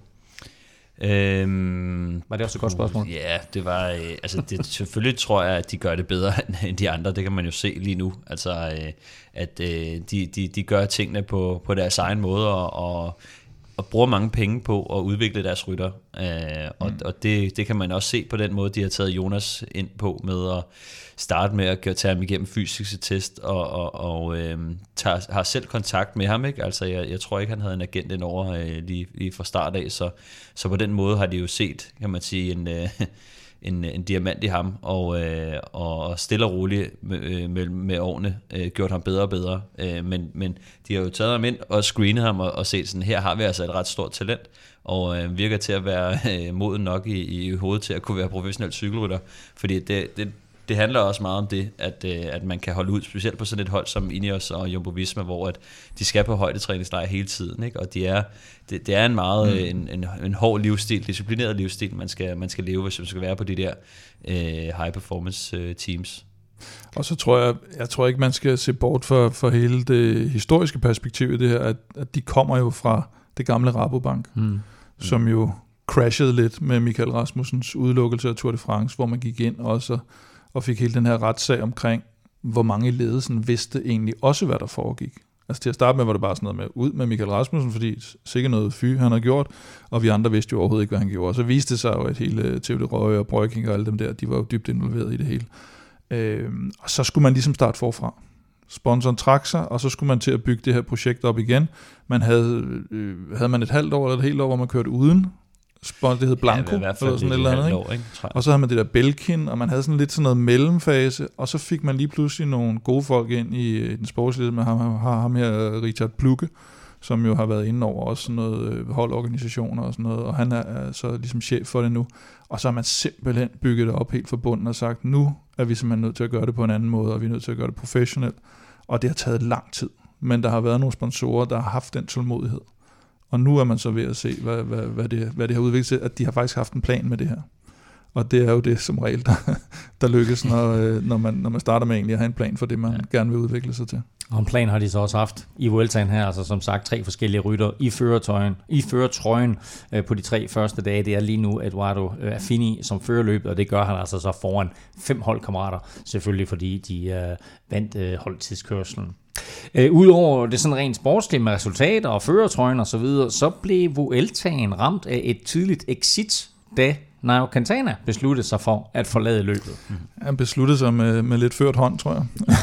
Øhm, var det også et godt spørgsmål? Ja, det var, øh, altså det, selvfølgelig tror jeg, at de gør det bedre end de andre, det kan man jo se lige nu, altså øh, at øh, de, de, de gør tingene på, på deres egen måde, og, og, og bruger mange penge på at udvikle deres rytter, øh, og, mm. og det, det kan man også se på den måde, de har taget Jonas ind på, med at starte med at tage ham igennem fysiske test, og, og, og øh, tager, har selv kontakt med ham, ikke? Altså jeg, jeg tror ikke, han havde en agent indover øh, lige, lige fra start af, så, så på den måde har de jo set, kan man sige, en, øh, en, en diamant i ham, og, øh, og stille og roligt med, med, med årene øh, gjort ham bedre og bedre, øh, men, men de har jo taget ham ind og screenet ham og, og set sådan, her har vi altså et ret stort talent, og øh, virker til at være øh, moden nok i, i hovedet til at kunne være professionel cykelrytter, fordi det, det Det handler også meget om det, at, at man kan holde ud, specielt på sådan et hold som Ineos og Jumbo Visma, hvor at de skal på højdetræningslejr hele tiden, ikke? Og de er, det, det er en meget mm. en, en, en hård livsstil, disciplineret livsstil, man skal, man skal leve, hvis man skal være på de der øh, high performance øh, teams. Og så tror jeg, jeg tror ikke, man skal se bort for, for hele det historiske perspektiv i det her, at, at de kommer jo fra det gamle Rabobank, mm. som jo crashede lidt med Michael Rasmussens udelukkelse af Tour de France, hvor man gik ind også og fik hele den her retssag omkring, hvor mange i ledelsen vidste egentlig også, hvad der foregik. Altså til at starte med, var det bare sådan noget med ud med Michael Rasmussen, fordi sikkert noget fy, han har gjort, og vi andre vidste jo overhovedet ikke, hvad han gjorde. Og så viste det sig jo, at hele T V Røje og Brøking og alle dem der, de var jo dybt involveret i det hele. Øh, og så skulle man ligesom starte forfra. Sponsoren trak sig, og så skulle man til at bygge det her projekt op igen. Man havde, øh, havde man et halvt år eller et helt år, hvor man kørte uden. Det hed Blanco, ja, eller sådan et eller andet, år, ikke? Og så havde man det der Belkin, og man havde sådan lidt sådan noget mellemfase, og så fik man lige pludselig nogle gode folk ind i den sportslige, med ham, ham, ham her, Richard Plugge, som jo har været inde over også sådan noget holdorganisationer og sådan noget, og han er så ligesom chef for det nu, og så har man simpelthen bygget det op helt fra bunden og sagt, nu er vi simpelthen nødt til at gøre det på en anden måde, og vi er nødt til at gøre det professionelt, og det har taget lang tid, men der har været nogle sponsorer, der har haft den tålmodighed. Og nu er man så ved at se, hvad, hvad, hvad, det, hvad det har udviklet til, at de har faktisk haft en plan med det her. Og det er jo det som regel, der, der lykkes, når, når, man, når man starter med egentlig at have en plan for det, man ja. gerne vil udvikle sig til. Og en plan har de så også haft i Vueltaen her, altså som sagt tre forskellige rytter i førertrøjen, i førertrøjen øh, på de tre første dage. Det er lige nu Eduardo øh, Affini som fører løbet, og det gør han altså så foran fem holdkammerater, selvfølgelig fordi de øh, vandt øh, holdtidskørslen. Øh, Udover det sådan rent sportslige med resultater og førertrøjen og så videre, så blev Vueltaen ramt af et tidligt exit, da Nairo Quintana besluttede sig for at forlade løbet. Mm. Han besluttede sig med, med lidt ført hånd, tror jeg.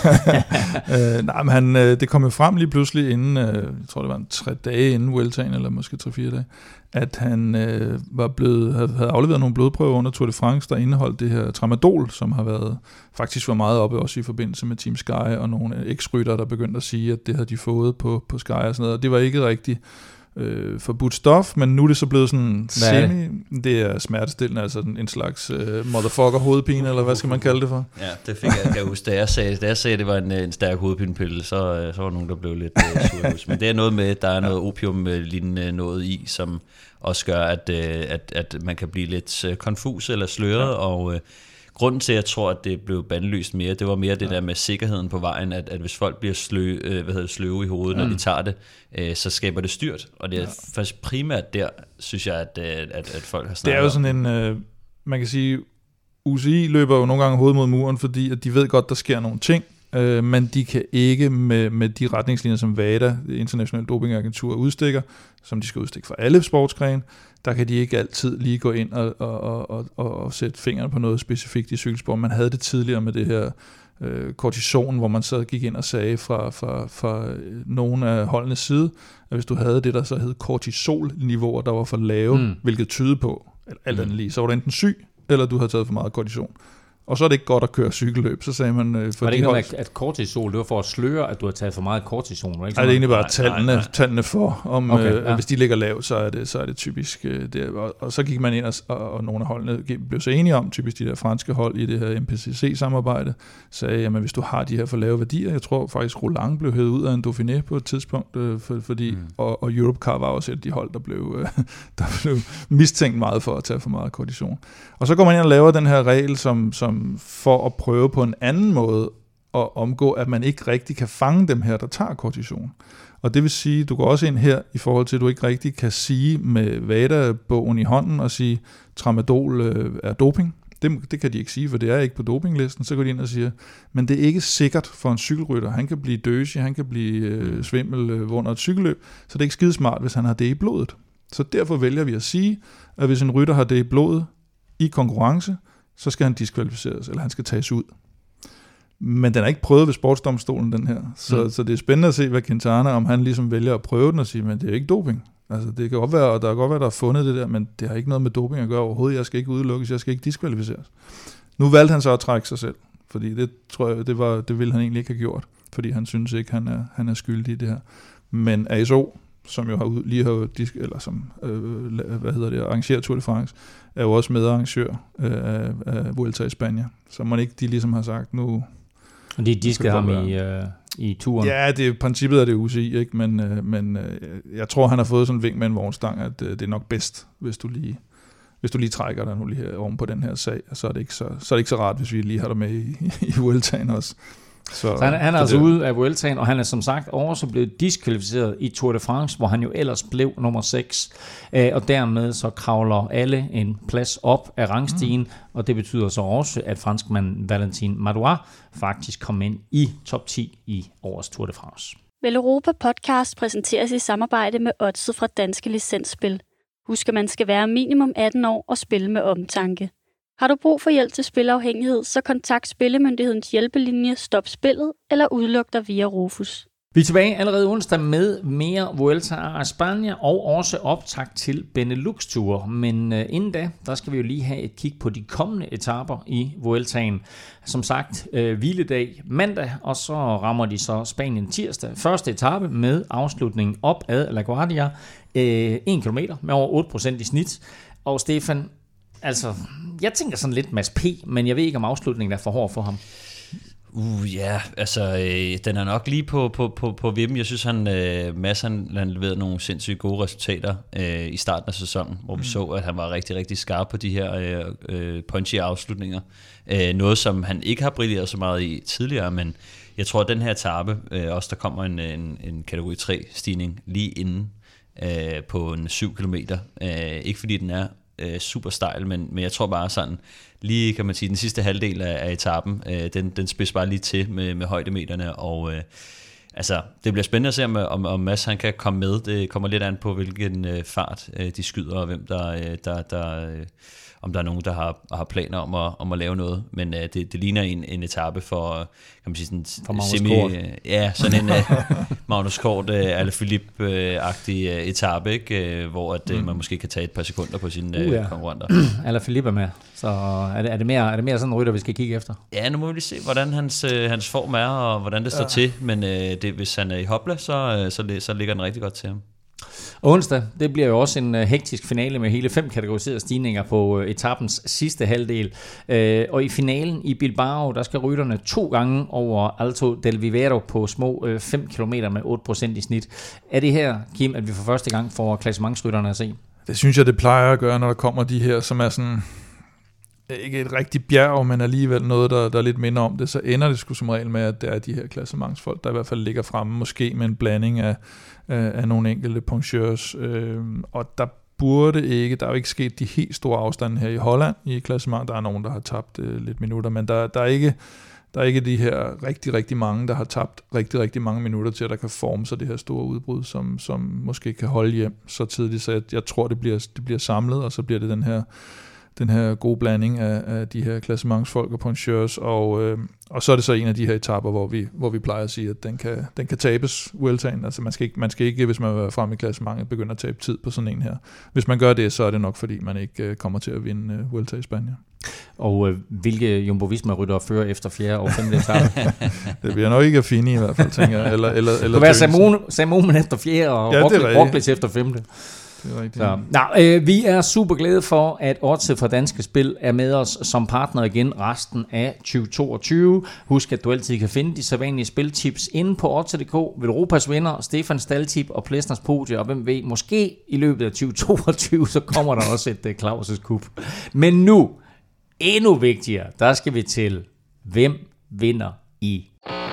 øh, nej, men han, det kom jo frem lige pludselig inden, jeg tror det var en tre dage inden Vueltaen, eller måske tre-fire dage, at han øh, var blevet, havde afleveret nogle blodprøver under Tour de France, der indeholdt det her tramadol, som har været faktisk var meget oppe også i forbindelse med Team Sky, og nogle eks-rytter, der begyndte at sige, at det havde de fået på, på Sky og sådan noget. Og det var ikke rigtigt øh, forbudt stof, men nu er det så blevet sådan semi, det? det er smertestillende, altså en slags øh, motherfucker hovedpine, eller hvad skal man kalde det for? Ja, det fik jeg, kan huske, da jeg sagde, da jeg sagde, at det var en, en stærk hovedpinepille, så, så var nogen, der blev lidt øh, sur. Men det er noget med, der er noget opium-lignende noget i, som også gør, at, at, at man kan blive lidt konfus eller sløret, ja. og øh, grunden til, at jeg tror, at det blev bandlyst mere, det var mere det ja. der med sikkerheden på vejen, at, at hvis folk bliver slø, øh, hvad hedder, sløve i hovedet, mm. når de tager det, øh, så skaber det styrt. Og det er ja. faktisk primært der, synes jeg, at, at, at folk har snakket. Det er jo sådan en, øh, man kan sige, U C I løber jo nogle gange hovedet mod muren, fordi at de ved godt, der sker nogle ting, øh, men de kan ikke med, med de retningslinjer, som WADA, det internationale dopingagentur, udstikker, som de skal udstikke for alle sportsgrene, der kan de ikke altid lige gå ind og, og, og, og, og, og sætte fingeren på noget specifikt i cykelsport. Man havde det tidligere med det her øh, kortison, hvor man så gik ind og sagde fra, fra, fra nogle af holdenes side, at hvis du havde det, der så hed kortisolniveauer, der var for lave, mm. hvilket tyder på, alt andet lige, så var du enten syg, eller du havde taget for meget kortison. Og så er det ikke godt at køre cykelløb, så sagde man... Øh, var det ikke noget, at kortisol, det var for at sløre, at du har taget for meget kortison? Ikke? Nej, det er egentlig bare tallene, tallene for, om okay, øh, ja. hvis de ligger lavt, så er det, så er det typisk... Øh, det, og, og så gik man ind, og, og, og nogle af holdene blev så enige om, typisk de der franske hold i det her M P C C-samarbejde, sagde, jamen hvis du har de her for lave værdier, jeg tror faktisk Roland blev hævet ud af en Dauphiné på et tidspunkt, øh, for, fordi, mm. og, og Europcar var også et af de hold, der blev, øh, der blev mistænkt meget for at tage for meget kortison. Og så går man ind og laver den her regel, som, som for at prøve på en anden måde at omgå, at man ikke rigtig kan fange dem her, der tager kortison. Og det vil sige, du går også ind her i forhold til, at du ikke rigtig kan sige med VADA-bogen i hånden og sige, tramadol øh, er doping. Det, det kan de ikke sige, for det er ikke på dopinglisten. Så går de ind og siger, men det er ikke sikkert for en cykelrytter. Han kan blive døsig, han kan blive øh, svimmel øh, under et cykelløb, så det er ikke skidesmart, hvis han har det i blodet. Så derfor vælger vi at sige, at hvis en rytter har det i blodet i konkurrence, så skal han diskvalificeres, eller han skal tages ud. Men den er ikke prøvet ved sportsdomstolen, den her. Så, mm. så det er spændende at se, hvad Quintana, om han ligesom vælger at prøve den og sige, men det er ikke doping. Altså, det kan godt være, og der kan godt være, der har fundet det der, men det har ikke noget med doping at gøre overhovedet. Jeg skal ikke udelukkes, jeg skal ikke diskvalificeres. Nu valgte han så at trække sig selv, fordi det tror jeg, det, var, det ville han egentlig ikke have gjort, fordi han synes ikke, han er, han er skyldig i det her. Men A S O, som jo har lige har disk, eller som øh, hvad hedder det, arrangerer Tour de France, er jo også medarrangør øh, af, af Vuelta i Spanien. Så man ikke de ligesom har sagt nu. Og de diskede ham i øh, i turen. Ja, det er princippet er det U C I, ikke, men øh, men øh, jeg tror han har fået sådan en vink med en vognstang, at øh, det er nok bedst, hvis du lige hvis du lige trækker dig nu lige her oven på den her sag, så er det ikke så så er det ikke så rart, hvis vi lige har dig med i, i Vueltaen også. Så, så han, han er altså det. ude af Vueltaen, og han er som sagt også blevet diskvalificeret i Tour de France, hvor han jo ellers blev nummer seks, øh, og dermed så kravler alle en plads op af rangstigen, mm. og det betyder så også, at franskmanden Valentin Madouas faktisk kom ind i top ti i årets Tour de France. Vel Europa Podcast præsenteres i samarbejde med Oddset fra Danske Licensspil. Husk, at man skal være minimum atten år og spille med omtanke. Har du brug for hjælp til spilafhængighed, så kontakt Spillemyndighedens hjælpelinje Stop Spillet eller udluk dig via Rufus. Vi er tilbage allerede onsdag med mere Vuelta a España og også optakt til Benelux-ture. Men uh, inden da, der skal vi jo lige have et kig på de kommende etaper i Vueltaen. Som sagt, uh, hviledag mandag, og så rammer de så Spanien tirsdag. Første etape med afslutningen op ad La Guardia. Uh, en kilometer med over otte procent i snit. Og Stefan, altså, jeg tænker sådan lidt Mads P., men jeg ved ikke, om afslutningen er for hård for ham. Uh, ja, altså, øh, den er nok lige på, på, på, på vippen. Jeg synes, han, øh, Mads, han, han leverede nogle sindssygt gode resultater øh, i starten af sæsonen, hvor vi mm. så, at han var rigtig, rigtig skarp på de her øh, øh, punchy afslutninger. Øh, noget, som han ikke har brilleret så meget i tidligere, men jeg tror, at den her etape, øh, også der kommer en, en, en kategori tre-stigning lige inden øh, på en syv kilometer. Øh, ikke fordi den er øh, super stejl, men, men jeg tror bare sådan, lige kan man sige, den sidste halvdel af, af etappen, øh, den, den spids bare lige til med, med højdemeterne, og øh, altså, det bliver spændende at se, om, om, om Mads han kan komme med. Det kommer lidt an på, hvilken øh, fart øh, de skyder, og hvem der, øh, der, der øh, om der er nogen, der har, har planer om at, om at lave noget, men øh, det, det ligner en, en etape for, kan man sige, sådan for semi, øh, ja, sådan en øh, Magnus Kort, øh, Alaphilippe-agtig øh, etape, ikke? Øh, hvor at, øh, man måske kan tage et par sekunder på sine øh, uh, ja. konkurrenter. Alaphilippe er med, så er det, er det mere, er det mere sådan en rytter, vi skal kigge efter? Ja, nu må vi lige se, hvordan hans, øh, hans form er, og hvordan det står ja. til, men øh, det, hvis han er i hopla, så, øh, så, så ligger den rigtig godt til ham. Onsdag, det bliver jo også en uh, hektisk finale med hele fem kategoriserede stigninger på uh, etapens sidste halvdel. Uh, og i finalen i Bilbao, der skal rytterne to gange over Alto del Vivero på små uh, fem kilometer med otte procent i snit. Er det her, Kim, at vi for første gang får klassementsrytterne at se? Det synes jeg, det plejer at gøre, når der kommer de her, som er sådan ikke et rigtigt bjerg, men alligevel noget, der, der er lidt minder om det, så ender det sgu som regel med, at det er de her klassementsfolk, der i hvert fald ligger fremme, måske med en blanding af, af, af nogle enkelte puncheurs, øh, og der burde ikke, der er jo ikke sket de helt store afstande her i Holland i klassement, der er nogen, der har tabt øh, lidt minutter, men der, der er ikke der er ikke de her rigtig, rigtig mange, der har tabt rigtig, rigtig mange minutter til, at der kan forme sig det her store udbrud, som, som måske kan holde hjem så tidligt, så jeg, jeg tror, det bliver, det bliver samlet, og så bliver det den her, den her gode blanding af, af de her klassementsfolk og puncheurs, og, øh, og så er det så en af de her etaper, hvor vi, hvor vi plejer at sige, at den kan, den kan tabes, Vueltaen. Altså man skal, ikke, man skal ikke, hvis man vil være frem i klassementet, begynde at tabe tid på sådan en her. Hvis man gør det, så er det nok, fordi man ikke øh, kommer til at vinde øh, Vuelta i Spanien. Og øh, hvilke Jumbo-Visma-ryttere fører efter fjerde og femte etape? Det bliver nok ikke Affini i hvert fald, tænker jeg. Eller, eller, eller det vil være Sam Oomen efter fjerde og ja, Roglic efter femte. Så, nå, øh, vi er super glade for, at Odset fra Danske Spil er med os som partner igen resten af tyve toogtyve. Husk, at du altid kan finde de sædvanlige spiltips inde på odset punktum d k. Velropas vinder, Stefan Staltip og Plesners podie, og hvem ved, måske i løbet af tyve toogtyve, så kommer der også et uh, Claus' kup. Men nu, endnu vigtigere, der skal vi til, hvem vinder i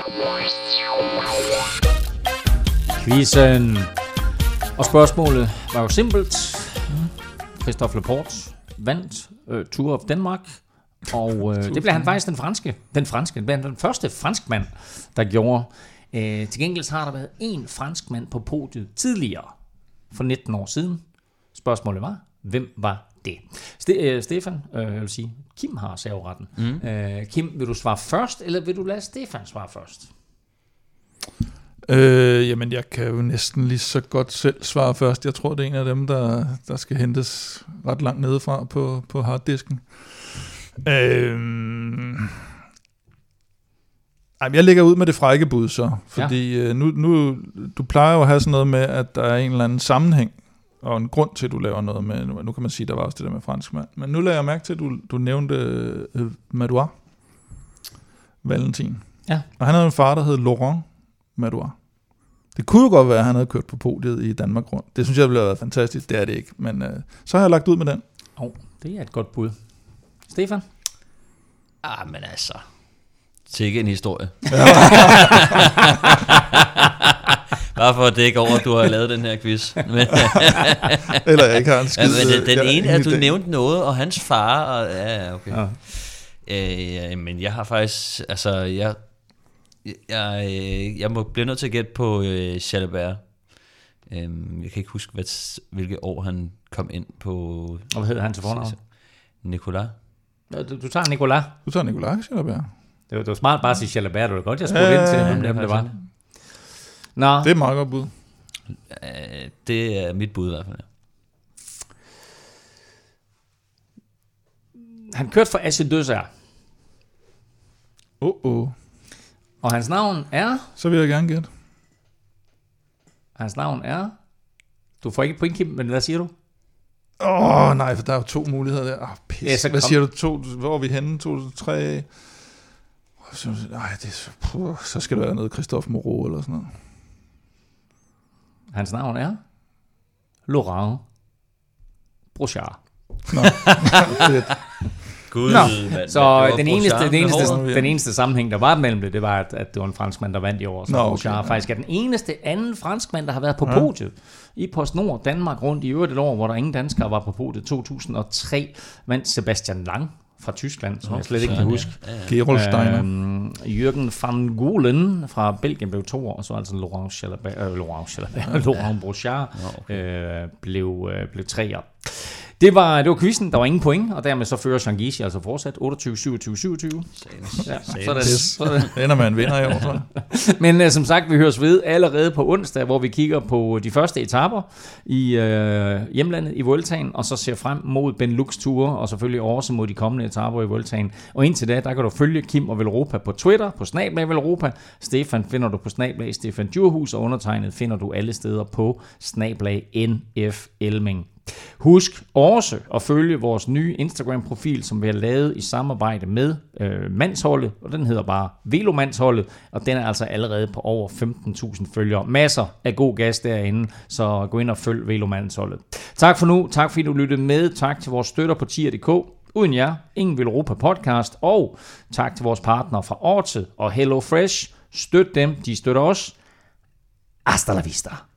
quizzen. Og spørgsmålet var jo simpelt. Christophe Laporte vandt øh, Tour of Denmark, og øh, det blev han faktisk den franske, den franske, den første franskmand, der gjorde. Øh, til gengæld har der været en franskmand på podiet tidligere, for nitten år siden. Spørgsmålet var, hvem var det? Ste- øh, Stefan, øh, jeg vil sige, Kim har serveretten. Mm. Øh, Kim, vil du svare først, eller vil du lade Stefan svare først? Øh, jamen, jeg kan jo næsten lige så godt selv svare først. Jeg tror, det er en af dem, der, der skal hentes ret langt nedefra på, på harddisken. Øh, jeg lægger ud med det frække bud så, fordi ja. nu, nu, du plejer jo at have sådan noget med, at der er en eller anden sammenhæng, og en grund til, at du laver noget med, nu, nu kan man sige, der var også det der med franskmand, men nu lader jeg mærke til, at du, du nævnte uh, Madouas, Valentin. Ja. Og han havde en far, der hed Laurent Madouas. Det kunne jo godt være, at han havde kørt på podiet i Danmark rundt. Det synes jeg ville have været fantastisk. Det er det ikke. Men uh, så har jeg lagt ud med den. Åh, oh, det er et godt bud. Stefan? Ah, men altså. Sikke en historie. Ja. Bare for at dække over, at du har lavet den her quiz. Men eller jeg ikke har en skid. Ja, men den ja, ene, at du nævnte noget, og hans far, og ja, okay. Ja. Øh, men jeg har faktisk, altså, jeg, jeg, jeg må blive nødt til at gætte på øh, Jalabert. Øh, jeg kan ikke huske, hvad, hvilket år han kom ind på. Og hvad hedder han til fornavn? Nicolas. Ja, du, du tager Nicolas. Du tager Nicolas Jalabert. Det var, det var smart bare at sige Jalabert, det var godt, jeg spurgte ja, ind til, hvem ja, det var. Nå. Det er meget godt bud. Det er mit bud i hvert fald. Han kørte for Asje Døsær. Oh, oh. Og hans navn er? Så vil jeg gerne gætte. Hans navn er? Du får ikke point, Kim, men hvad siger du? Åh, oh, nej, for der er jo to muligheder der. Oh, pis. Ja, hvad kom. Siger du? To, hvor er vi henne? To, tre... Så, nej, det er, puh, så skal det være noget Christophe Moreau eller sådan noget. Hans navn er Laurent Brochard. Nå, Gud, Nå. Man, så den eneste, den, eneste, den eneste sammenhæng, der var mellem det, det var, at, at det var en franskmand, der vandt i år. Så Nå, okay, Brochard ja. faktisk er den eneste anden franskmand, der har været på ja. podiet i PostNord Danmark rundt i øvrigt et år, hvor der ingen danskere var på podiet. to tusind og tre vandt Sebastian Lang fra Tyskland, som okay, jeg slet ikke kan huske. Ja. Ja. Gerolsteiner. Øhm, Jürgen van Golen fra Belgien blev to år, og så altså Laurent Jalabert, øh, Laurent Jalabert, ja. Laurent Brochard ja, okay. øh, blev, øh, blev treer. Det var, det var quizzen, der var ingen point, og dermed så fører Jean Guici altså fortsat otteogtyve syvogtyve syvogtyve. Ja, så er det, så er det. Ender med en vinder i år, tror jeg. Men uh, som sagt, vi høres ved allerede på onsdag, hvor vi kigger på de første etaper i øh, hjemlandet i Vueltaen, og så ser frem mod Benelux-ture, og selvfølgelig også mod de kommende etaper i Vueltaen. Og indtil da, der kan du følge Kim og Velropa på Twitter, på snablag Velropa. Stefan finder du på snablag Stefan Djurhus, og undertegnet finder du alle steder på snablag N F Elming. Husk også at følge vores nye Instagram-profil, som vi har lavet i samarbejde med øh, Mandsholdet, og den hedder bare Velomandsholdet, og den er altså allerede på over femten tusind følgere. Masser af god gas derinde, så gå ind og følg Velomandsholdet. Tak for nu, tak fordi du lyttede med, tak til vores støtter på tier punktum d k. Uden jer, ingen Velropa podcast, og tak til vores partnere fra Odset og HelloFresh. Støt dem, de støtter os. Hasta la vista.